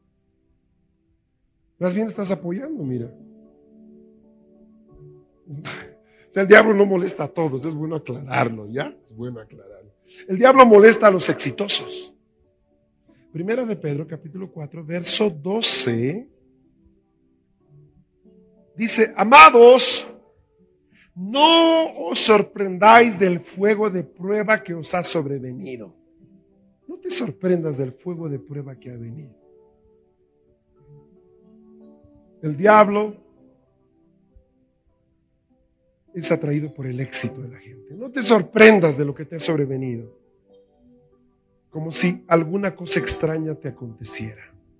Más bien estás apoyando, mira. O sea, el diablo no molesta a todos, es bueno aclararlo, ¿ya? Es bueno aclararlo. El diablo molesta a los exitosos. Primera de Pedro, capítulo cuatro, verso doce. Dice, amados, no os sorprendáis del fuego de prueba que os ha sobrevenido. No te sorprendas del fuego de prueba que ha venido. El diablo es atraído por el éxito de la gente. No te sorprendas de lo que te ha sobrevenido, como si alguna cosa extraña te aconteciera.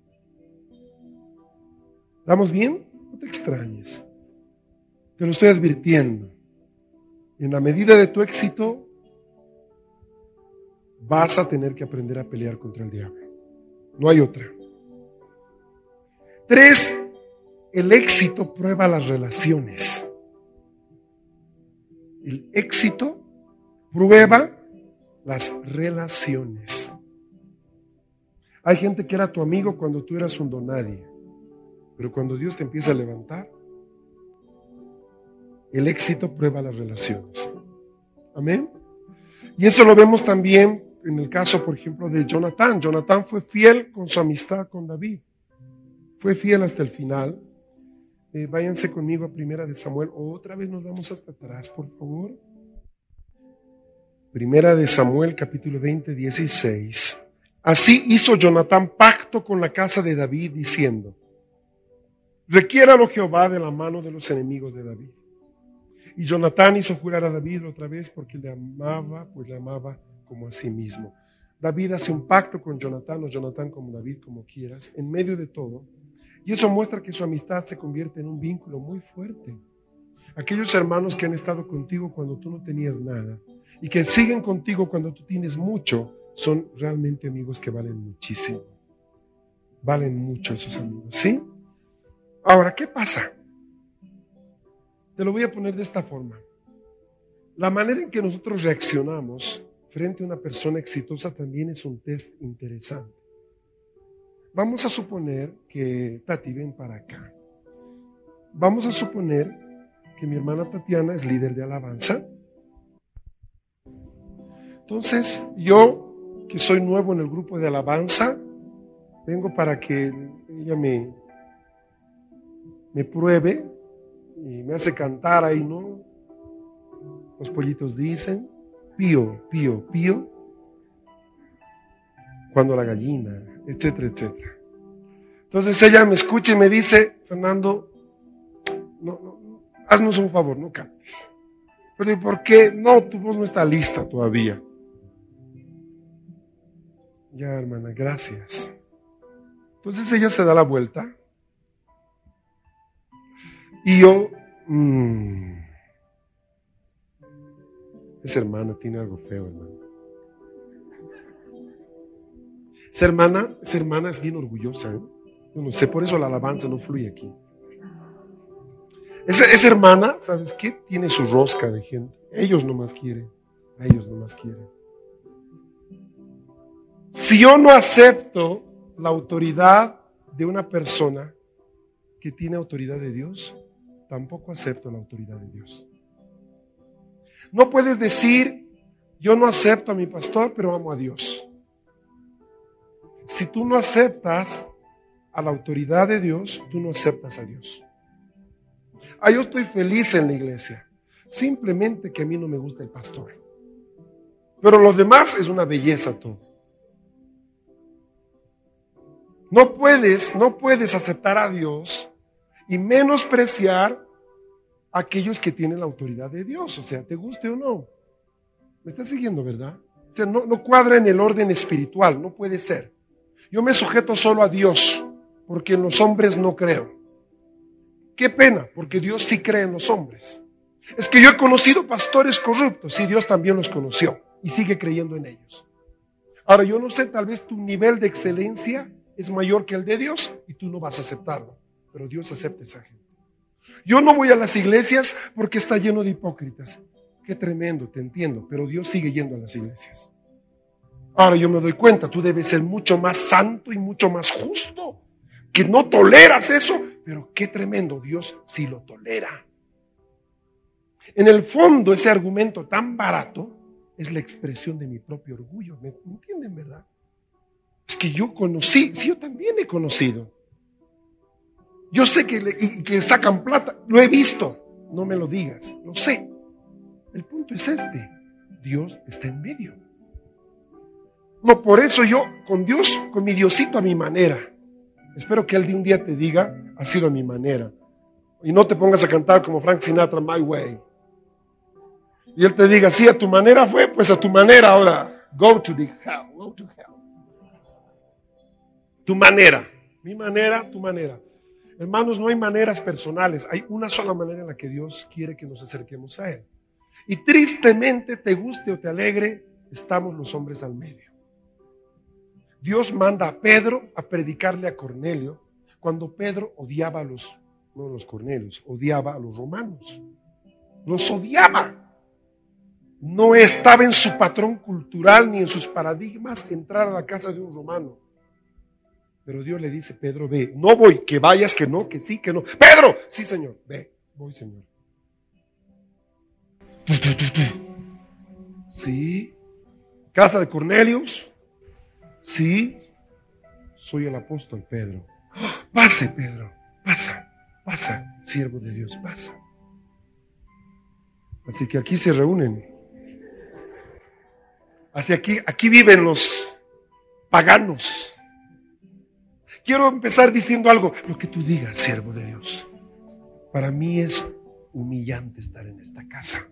¿Estamos bien? No te extrañes. Te lo estoy advirtiendo. En la medida de tu éxito, vas a tener que aprender a pelear contra el diablo. No hay otra. Tres, el éxito prueba las relaciones. El éxito prueba las relaciones. Hay gente que era tu amigo cuando tú eras un donadie, pero cuando Dios te empieza a levantar, el éxito prueba las relaciones. Amén. Y eso lo vemos también en el caso, por ejemplo, de Jonatán. Jonatán fue fiel con su amistad con David. Fue fiel hasta el final. Eh, váyanse conmigo a Primera de Samuel. Otra vez nos vamos hasta atrás, por favor. Primera de Samuel, capítulo veinte, dieciséis. Así hizo Jonatán pacto con la casa de David, diciendo: requiéralo Jehová de la mano de los enemigos de David. Y Jonatán hizo jurar a David otra vez porque le amaba, pues le amaba como a sí mismo. David hace un pacto con Jonatán, o Jonatán como David, como quieras, en medio de todo. Y eso muestra que su amistad se convierte en un vínculo muy fuerte. Aquellos hermanos que han estado contigo cuando tú no tenías nada y que siguen contigo cuando tú tienes mucho, son realmente amigos que valen muchísimo. Valen mucho esos amigos, ¿sí? Ahora, ¿qué pasa? Te lo voy a poner de esta forma. La manera en que nosotros reaccionamos frente a una persona exitosa también es un test interesante. Vamos a suponer que, Tati, ven para acá. Vamos a suponer que mi hermana Tatiana es líder de alabanza. Entonces, yo, que soy nuevo en el grupo de alabanza, vengo para que ella me, me pruebe y me hace cantar ahí, ¿no? Los pollitos dicen, pío, pío, pío, cuando la gallina, etcétera, etcétera. Entonces ella me escucha y me dice, Fernando, no, no, haznos un favor, no cantes. Pero ¿y por qué? No, tu voz no está lista todavía. Ya, hermana, gracias. Entonces ella se da la vuelta y yo, mmm, esa hermana tiene algo feo, hermano. Esa hermana, esa hermana es bien orgullosa, ¿eh? Yo no sé, por eso la alabanza no fluye aquí. Esa, esa hermana, ¿sabes qué? Tiene su rosca de gente. Ellos nomás quieren, ellos nomás quieren. Si yo no acepto la autoridad de una persona que tiene autoridad de Dios, tampoco acepto la autoridad de Dios. No puedes decir, yo no acepto a mi pastor, pero amo a Dios. Si tú no aceptas a la autoridad de Dios, tú no aceptas a Dios. Ah, yo estoy feliz en la iglesia, simplemente que a mí no me gusta el pastor. Pero lo demás es una belleza todo. No puedes, no puedes aceptar a Dios y menospreciar a aquellos que tienen la autoridad de Dios, o sea, te guste o no. ¿Me estás siguiendo, verdad? O sea, no, no cuadra en el orden espiritual, no puede ser. Yo me sujeto solo a Dios, porque en los hombres no creo. Qué pena, porque Dios sí cree en los hombres. Es que yo he conocido pastores corruptos, y Dios también los conoció, y sigue creyendo en ellos. Ahora, yo no sé, tal vez tu nivel de excelencia es mayor que el de Dios, y tú no vas a aceptarlo, pero Dios acepta a esa gente. Yo no voy a las iglesias porque está lleno de hipócritas. Qué tremendo, te entiendo, pero Dios sigue yendo a las iglesias. Ahora yo me doy cuenta, tú debes ser mucho más santo y mucho más justo, que no toleras eso, pero qué tremendo, Dios sí lo tolera. En el fondo, ese argumento tan barato es la expresión de mi propio orgullo. ¿Me entienden, verdad? Es que yo conocí, sí, yo también he conocido. Yo sé que, le, que sacan plata, lo he visto, no me lo digas, lo sé. El punto es este, Dios está en medio. No, por eso yo con Dios, con mi Diosito a mi manera. Espero que Él de un día te diga, ha sido a mi manera. Y no te pongas a cantar como Frank Sinatra, My Way. Y Él te diga, sí, a tu manera fue, pues a tu manera ahora, go to the hell, go to hell. Tu manera, mi manera, tu manera. Hermanos, no hay maneras personales, hay una sola manera en la que Dios quiere que nos acerquemos a Él. Y tristemente, te guste o te alegre, estamos los hombres al medio. Dios manda a Pedro a predicarle a Cornelio cuando Pedro odiaba a los, no a los Cornelios, odiaba a los romanos. Los odiaba. No estaba en su patrón cultural ni en sus paradigmas entrar a la casa de un romano. Pero Dios le dice, Pedro, ve, no voy, que vayas, que no, que sí, que no. Pedro, sí, Señor, ve, voy, Señor. Sí, casa de Cornelius. Sí, soy el apóstol Pedro. ¡Oh, pase, Pedro! Pasa, pasa, siervo de Dios, pasa. Así que aquí se reúnen. Así aquí, aquí viven los paganos. Quiero empezar diciendo algo. Lo que tú digas, siervo de Dios, para mí es humillante estar en esta casa.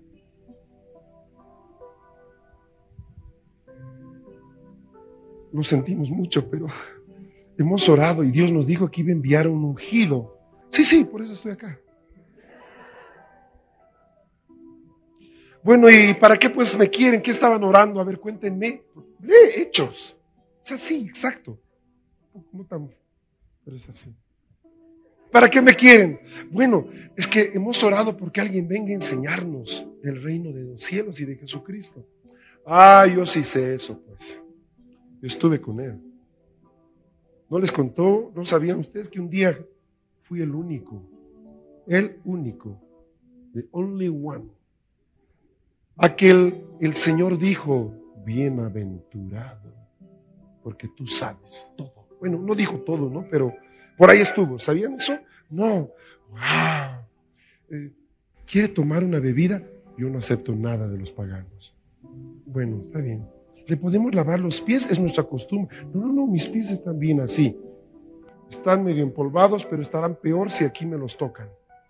Lo sentimos mucho, pero hemos orado y Dios nos dijo que iba a enviar un ungido. Sí, sí, por eso estoy acá. Bueno, ¿y para qué pues me quieren? ¿Qué estaban orando? A ver, cuéntenme. Lee Hechos. Es así, exacto. No tan, pero es así. ¿Para qué me quieren? Bueno, es que hemos orado porque alguien venga a enseñarnos del reino de los cielos y de Jesucristo. Ah, yo sí sé eso, pues. Yo estuve con él. ¿No les contó? ¿No sabían ustedes que un día fui el único? El único. The only one. Aquel, el Señor dijo, bienaventurado, porque tú sabes todo. Bueno, no dijo todo, ¿no? Pero por ahí estuvo. ¿Sabían eso? No. Wow. Eh, ¿Quiere tomar una bebida? Yo no acepto nada de los paganos. Bueno, está bien. ¿Le podemos lavar los pies? Es nuestra costumbre. No, no, no, mis pies están bien así. Están medio empolvados, pero estarán peor si aquí me los tocan.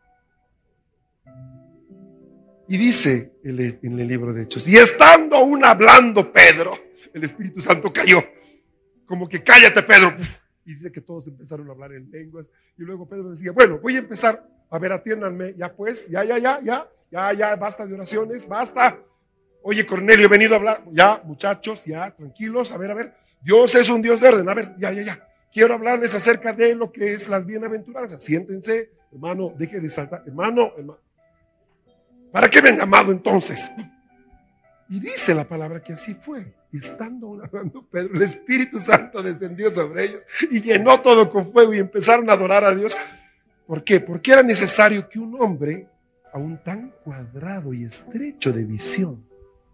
Y dice en el libro de Hechos, y estando aún hablando Pedro, el Espíritu Santo cayó, como que cállate Pedro, y dice que todos empezaron a hablar en lenguas, y luego Pedro decía, bueno, voy a empezar, a ver, atiéndanme, ya pues, ya, ya, ya, ya, ya, ya, basta de oraciones, basta. Oye, Cornelio, he venido a hablar, ya, muchachos, ya, tranquilos, a ver, a ver, Dios es un Dios de orden, a ver, ya, ya, ya, quiero hablarles acerca de lo que es las bienaventuranzas, siéntense, hermano, deje de saltar, hermano, hermano. ¿Para qué me han amado entonces? Y dice la palabra que así fue. Y estando hablando Pedro, el Espíritu Santo descendió sobre ellos y llenó todo con fuego y empezaron a adorar a Dios. ¿Por qué? Porque era necesario que un hombre, aún tan cuadrado y estrecho de visión,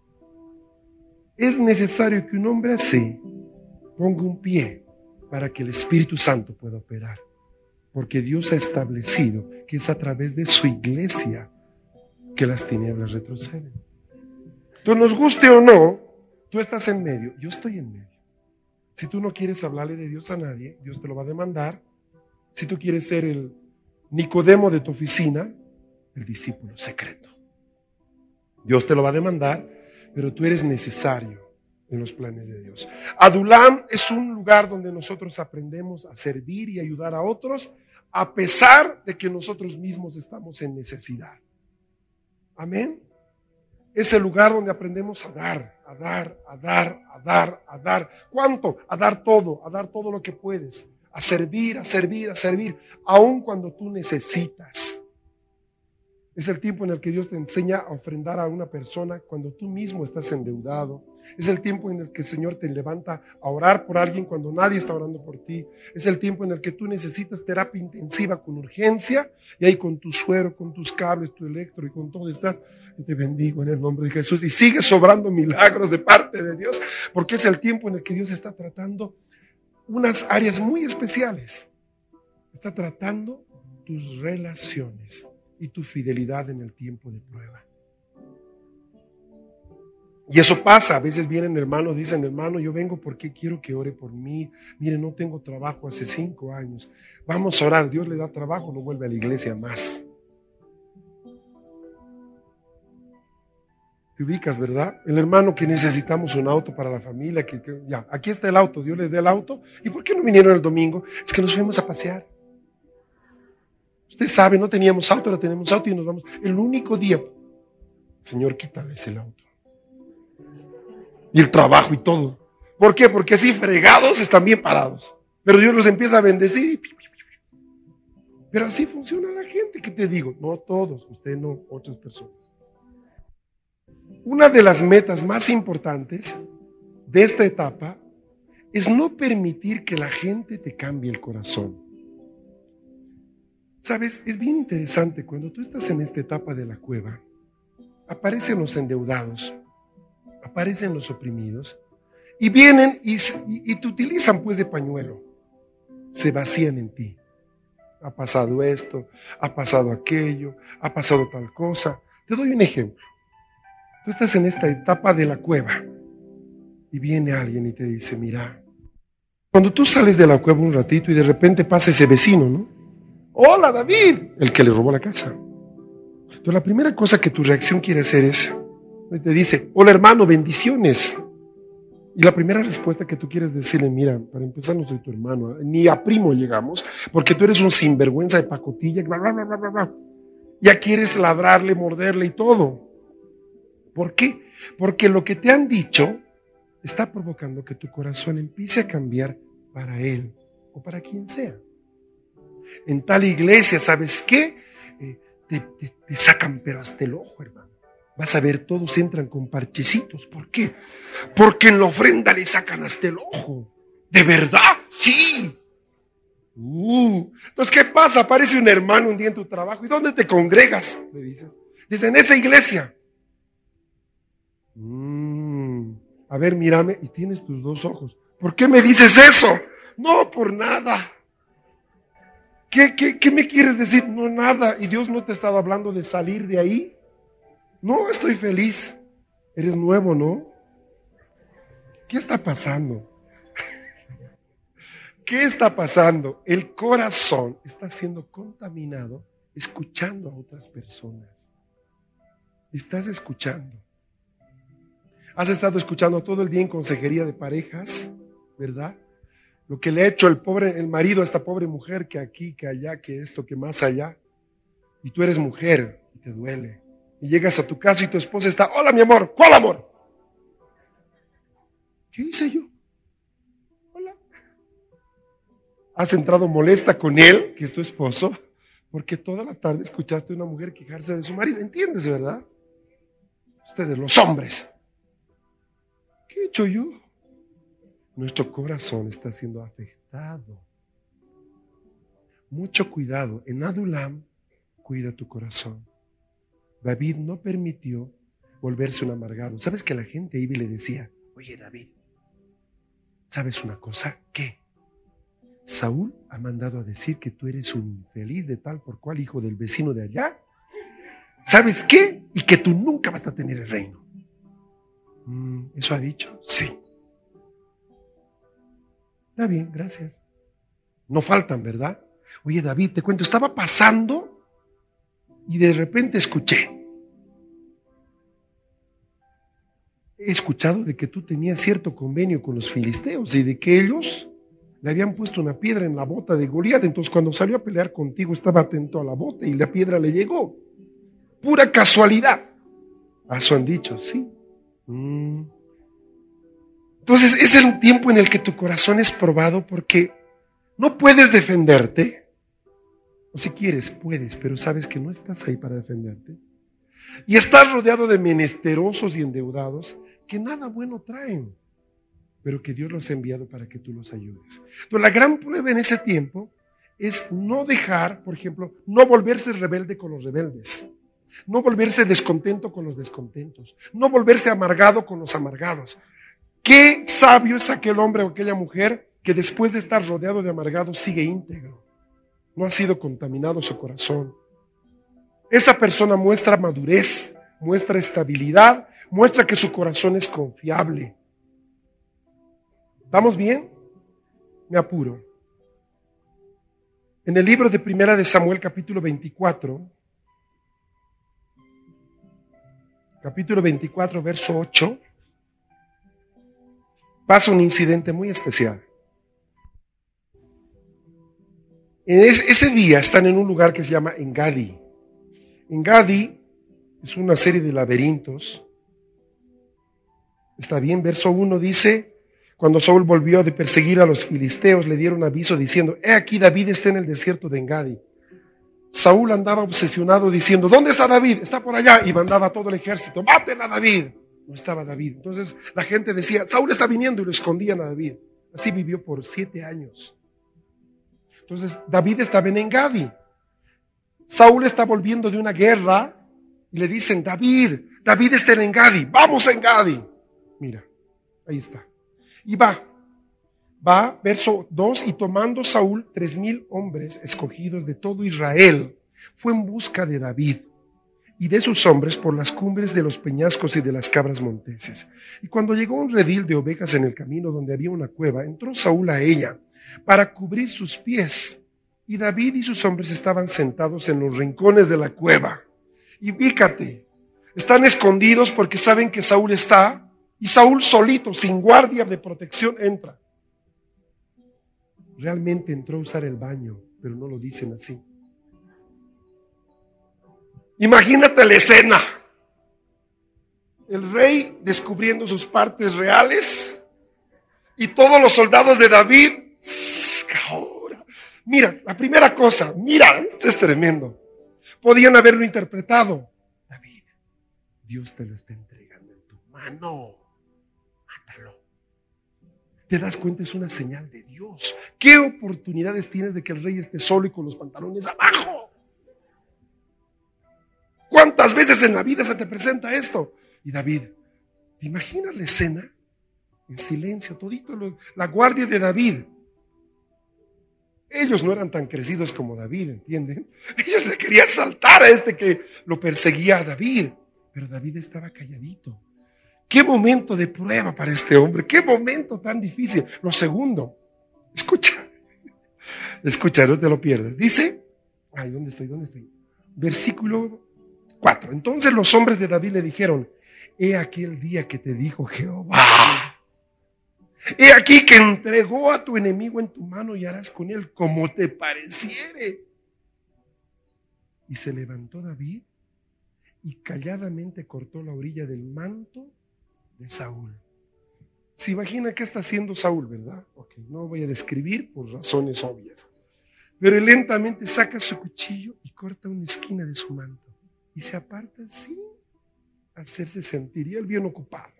es necesario que un hombre así ponga un pie para que el Espíritu Santo pueda operar. Porque Dios ha establecido que es a través de su iglesia que las tinieblas retroceden. Tú nos guste o no, tú estás en medio, yo estoy en medio. Si tú no quieres hablarle de Dios a nadie, Dios te lo va a demandar. Si tú quieres ser el Nicodemo de tu oficina, el discípulo secreto, Dios te lo va a demandar, pero tú eres necesario en los planes de Dios. Adulam es un lugar donde nosotros aprendemos a servir y ayudar a otros, a pesar de que nosotros mismos estamos en necesidad. Amén. Es el lugar donde aprendemos a dar, a dar, a dar, a dar, a dar. ¿Cuánto? A dar todo, a dar todo lo que puedes. A servir, a servir, a servir, aun cuando tú necesitas. Es el tiempo en el que Dios te enseña a ofrendar a una persona cuando tú mismo estás endeudado. Es el tiempo en el que el Señor te levanta a orar por alguien cuando nadie está orando por ti. Es el tiempo en el que tú necesitas terapia intensiva con urgencia y ahí con tu suero, con tus cables, tu electro y con todo estás. Yo te bendigo en el nombre de Jesús y sigue sobrando milagros de parte de Dios porque es el tiempo en el que Dios está tratando unas áreas muy especiales. Está tratando tus relaciones y tu fidelidad en el tiempo de prueba. Y eso pasa, a veces vienen hermanos, dicen, hermano, yo vengo porque quiero que ore por mí. Mire, no tengo trabajo hace cinco años. Vamos a orar, Dios le da trabajo, no vuelve a la iglesia más. Te ubicas, ¿verdad? El hermano que necesitamos un auto para la familia, que, que ya, aquí está el auto, Dios les dé el auto. ¿Y por qué no vinieron el domingo? Es que nos fuimos a pasear. Usted sabe, no teníamos auto, ahora tenemos auto y nos vamos. El único día, Señor, quítales el auto. Y el trabajo y todo. ¿Por qué? Porque así fregados están bien parados. Pero Dios los empieza a bendecir. Y... Pero así funciona la gente, ¿qué te digo? No todos, usted no, otras personas. Una de las metas más importantes de esta etapa es no permitir que la gente te cambie el corazón. Sabes, es bien interesante cuando tú estás en esta etapa de la cueva, aparecen los endeudados, aparecen los oprimidos y vienen y, y, y te utilizan pues de pañuelo, se vacían en ti. Ha pasado esto, ha pasado aquello, ha pasado tal cosa. Te doy un ejemplo. Tú estás en esta etapa de la cueva y viene alguien y te dice, mira, cuando tú sales de la cueva un ratito y de repente pasa ese vecino, ¿no? Hola David, el que le robó la casa. Entonces la primera cosa que tu reacción quiere hacer es, te dice, hola hermano, bendiciones. Y la primera respuesta que tú quieres decirle, mira, para empezar no soy tu hermano, ni a primo llegamos, porque tú eres un sinvergüenza de pacotilla, bla, bla, bla, bla, bla, bla. Ya quieres ladrarle, morderle y todo. ¿Por qué? Porque lo que te han dicho está provocando que tu corazón empiece a cambiar para él o para quien sea. En tal iglesia, ¿sabes qué? Eh, te, te, te sacan pero hasta el ojo, hermano. Vas a ver, todos entran con parchecitos. ¿Por qué? Porque en la ofrenda le sacan hasta el ojo. ¿De verdad? Sí. Uh, entonces, ¿qué pasa? Aparece un hermano un día en tu trabajo. ¿Y dónde te congregas? Le dices. Dice, en esa iglesia. Mm, a ver, mírame. Y tienes tus dos ojos. ¿Por qué me dices eso? No, por nada. ¿Qué, qué, qué me quieres decir? No, nada. ¿Y Dios no te ha estado hablando de salir de ahí? No, estoy feliz. Eres nuevo, ¿no? ¿Qué está pasando? ¿Qué está pasando? El corazón está siendo contaminado escuchando a otras personas. ¿Estás escuchando? Has estado escuchando todo el día en consejería de parejas, ¿verdad? Lo que le ha hecho el pobre, el marido a esta pobre mujer, que aquí, que allá, que esto, que más allá. Y tú eres mujer y te duele. Y llegas a tu casa y tu esposa está, hola mi amor, ¿cuál amor? ¿Qué hice yo? Hola. Has entrado molesta con él, que es tu esposo, porque toda la tarde escuchaste a una mujer quejarse de su marido. ¿Entiendes, verdad? Ustedes, los hombres. ¿Qué he hecho yo? Nuestro corazón está siendo afectado. Mucho cuidado. En Adulam, cuida tu corazón. David no permitió volverse un amargado. ¿Sabes que la gente iba y le decía, oye David, ¿sabes una cosa? ¿Qué? Saúl ha mandado a decir que tú eres un infeliz de tal por cual hijo del vecino de allá. ¿Sabes qué? Y que tú nunca vas a tener el reino. Mm, ¿Eso ha dicho? Sí. Está bien, gracias. No faltan, ¿verdad? Oye David, te cuento, estaba pasando y de repente escuché. He escuchado de que tú tenías cierto convenio con los filisteos y de que ellos le habían puesto una piedra en la bota de Goliat. Entonces cuando salió a pelear contigo estaba atento a la bota y la piedra le llegó. Pura casualidad. Eso han dicho, sí. Mm. Entonces ese es un tiempo en el que tu corazón es probado porque no puedes defenderte. O si quieres, puedes, pero sabes que no estás ahí para defenderte. Y estás rodeado de menesterosos y endeudados que nada bueno traen, pero que Dios los ha enviado para que tú los ayudes. Entonces la gran prueba en ese tiempo es no dejar, por ejemplo, no volverse rebelde con los rebeldes, no volverse descontento con los descontentos, no volverse amargado con los amargados. Qué sabio es aquel hombre o aquella mujer que después de estar rodeado de amargados sigue íntegro. No ha sido contaminado su corazón. Esa persona muestra madurez, muestra estabilidad, muestra que su corazón es confiable. ¿Estamos bien? Me apuro. En el libro de Primera de Samuel, capítulo veinticuatro, capítulo veinticuatro, verso ocho, pasa un incidente muy especial. En ese día están en un lugar que se llama Engadi. Engadi es una serie de laberintos. Está bien, verso uno dice, cuando Saúl volvió de perseguir a los filisteos, le dieron aviso diciendo, he aquí David está en el desierto de Engadi. Saúl andaba obsesionado diciendo, ¿dónde está David? Está por allá. Y mandaba a todo el ejército, ¡maten a David! No estaba David. Entonces la gente decía, Saúl está viniendo, y lo escondían a David. Así vivió por siete años. Entonces David estaba en Engadi. Saúl está volviendo de una guerra y le dicen, David, David está en Engadi, vamos a Engadi. Mira, ahí está. Y va, va, verso dos, y tomando Saúl tres mil hombres escogidos de todo Israel, fue en busca de David y de sus hombres por las cumbres de los peñascos y de las cabras monteses. Y cuando llegó un redil de ovejas en el camino donde había una cueva, entró Saúl a ella para cubrir sus pies. Y David y sus hombres estaban sentados en los rincones de la cueva. Y fíjate, están escondidos porque saben que Saúl está, y Saúl solito, sin guardia de protección, entra. Realmente entró a usar el baño, pero no lo dicen así. Imagínate la escena. El rey descubriendo sus partes reales y todos los soldados de David. Ahora, mira, la primera cosa, mira, esto es tremendo. Podían haberlo interpretado. David, Dios te lo está entregando en tu mano. Mátalo. Te das cuenta, es una señal de Dios. ¿Qué oportunidades tienes de que el rey esté solo y con los pantalones abajo? ¿Cuántas veces en la vida se te presenta esto? Y David, ¿te imaginas la escena? En silencio, todito lo, la guardia de David. Ellos no eran tan crecidos como David, ¿entienden? Ellos le querían saltar a este que lo perseguía a David. Pero David estaba calladito. Qué momento de prueba para este hombre. Qué momento tan difícil. Lo segundo, escucha. Escucha, no te lo pierdas. Dice, ay, ¿dónde estoy? ¿Dónde estoy? Versículo cuatro. Entonces los hombres de David le dijeron, he aquí el día que te dijo Jehová. He aquí que entregó a tu enemigo en tu mano y harás con él como te pareciere. Y se levantó David y calladamente cortó la orilla del manto de Saúl. Se imagina qué está haciendo Saúl, ¿verdad? Ok, no voy a describir por razones obvias. Pero él lentamente saca su cuchillo y corta una esquina de su manto. Y se aparta sin hacerse sentir. Y él bien ocupado.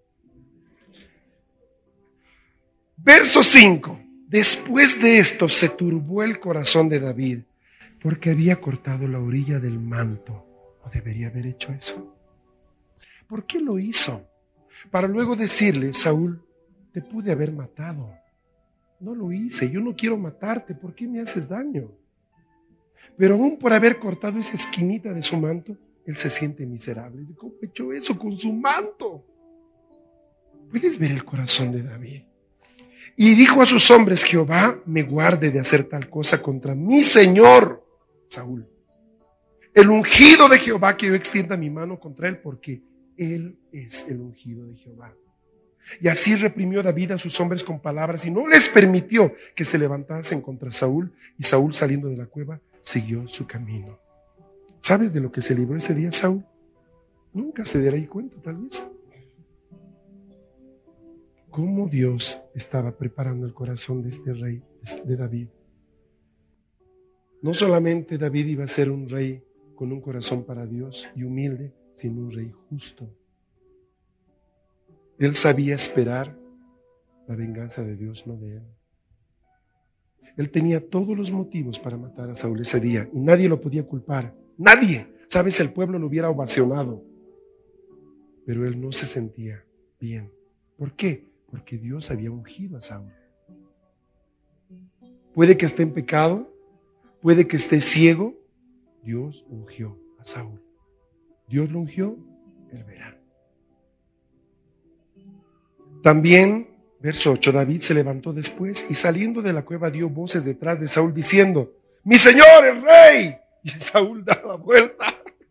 Verso cinco. Después de esto se turbó el corazón de David porque había cortado la orilla del manto. ¿No debería haber hecho eso? ¿Por qué lo hizo? Para luego decirle, Saúl, te pude haber matado. No lo hice, yo no quiero matarte, ¿por qué me haces daño? Pero aún por haber cortado esa esquinita de su manto, él se siente miserable. Dice, ¿cómo echó eso con su manto? ¿Puedes ver el corazón de David? Y dijo a sus hombres, Jehová me guarde de hacer tal cosa contra mi señor Saúl. El ungido de Jehová, que yo extienda mi mano contra él, porque él es el ungido de Jehová. Y así reprimió David a sus hombres con palabras y no les permitió que se levantasen contra Saúl. Y Saúl, saliendo de la cueva, siguió su camino. ¿Sabes de lo que se libró ese día Saúl? Nunca se dará cuenta, tal vez. Cómo Dios estaba preparando el corazón de este rey, de David. No solamente David iba a ser un rey con un corazón para Dios y humilde, sino un rey justo. Él sabía esperar la venganza de Dios, no de él. Él tenía todos los motivos para matar a Saúl ese día y nadie lo podía culpar. Nadie. Sabes, el pueblo lo hubiera ovacionado. Pero él no se sentía bien. ¿Por qué? Porque Dios había ungido a Saúl. Puede que esté en pecado, puede que esté ciego. Dios ungió a Saúl. Dios lo ungió, él verá. También, verso ocho, David se levantó después y saliendo de la cueva dio voces detrás de Saúl diciendo, ¡mi señor, el rey! Y Saúl daba vuelta.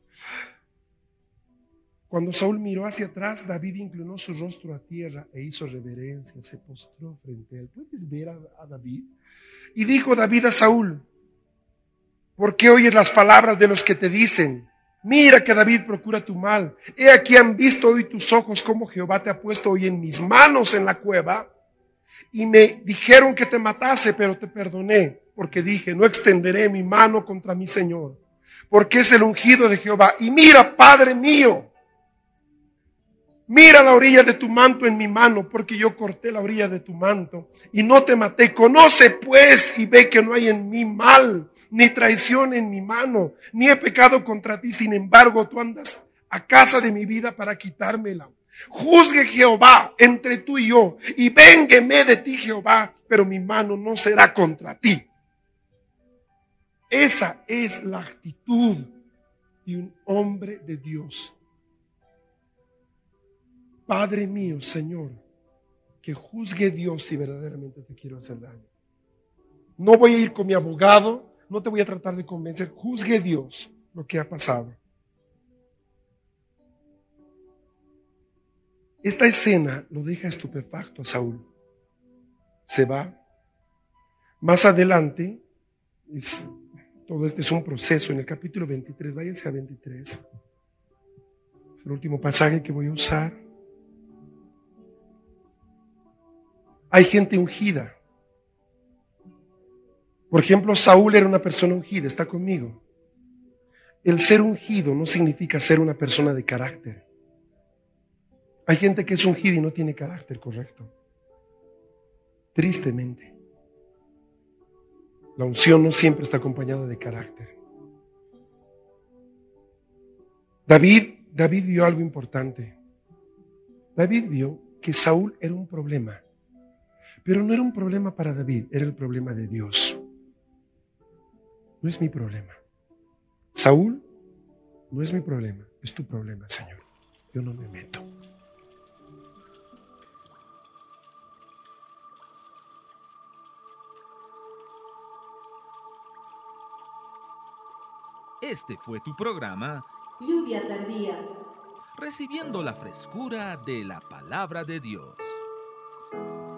Cuando Saúl miró hacia atrás, David inclinó su rostro a tierra e hizo reverencia, se postró frente a él. ¿Puedes ver a, a David? Y dijo David a Saúl, ¿por qué oyes las palabras de los que te dicen? Mira que David procura tu mal. He aquí han visto hoy tus ojos cómo Jehová te ha puesto hoy en mis manos en la cueva. Y me dijeron que te matase, pero te perdoné, porque dije, no extenderé mi mano contra mi Señor, porque es el ungido de Jehová. Y mira, Padre mío, mira la orilla de tu manto en mi mano, porque yo corté la orilla de tu manto y no te maté. Conoce pues y ve que no hay en mí mal, ni traición en mi mano, ni he pecado contra ti. Sin embargo, tú andas a casa de mi vida para quitármela. Juzgue Jehová entre tú y yo, y véngueme de ti, Jehová, pero mi mano no será contra ti. Esa es la actitud de un hombre de Dios. Padre mío, Señor, que juzgue Dios si verdaderamente te quiero hacer daño. No voy a ir con mi abogado, no te voy a tratar de convencer. Juzgue Dios lo que ha pasado. Esta escena lo deja estupefacto a Saúl. Se va. Más adelante, es, todo este es un proceso. En el capítulo veintitrés, váyanse a veintitrés. Es el último pasaje que voy a usar. Hay gente ungida. Por ejemplo, Saúl era una persona ungida, está conmigo. El ser ungido no significa ser una persona de carácter. Hay gente que es ungida y no tiene carácter correcto. Tristemente. La unción no siempre está acompañada de carácter. David, David vio algo importante. David vio que Saúl era un problema. Pero no era un problema para David, era el problema de Dios. No es mi problema. Saúl, no es mi problema, es tu problema, Señor. Yo no me meto. Este fue tu programa, Lluvia Tardía. recibiendo la frescura de la palabra de Dios.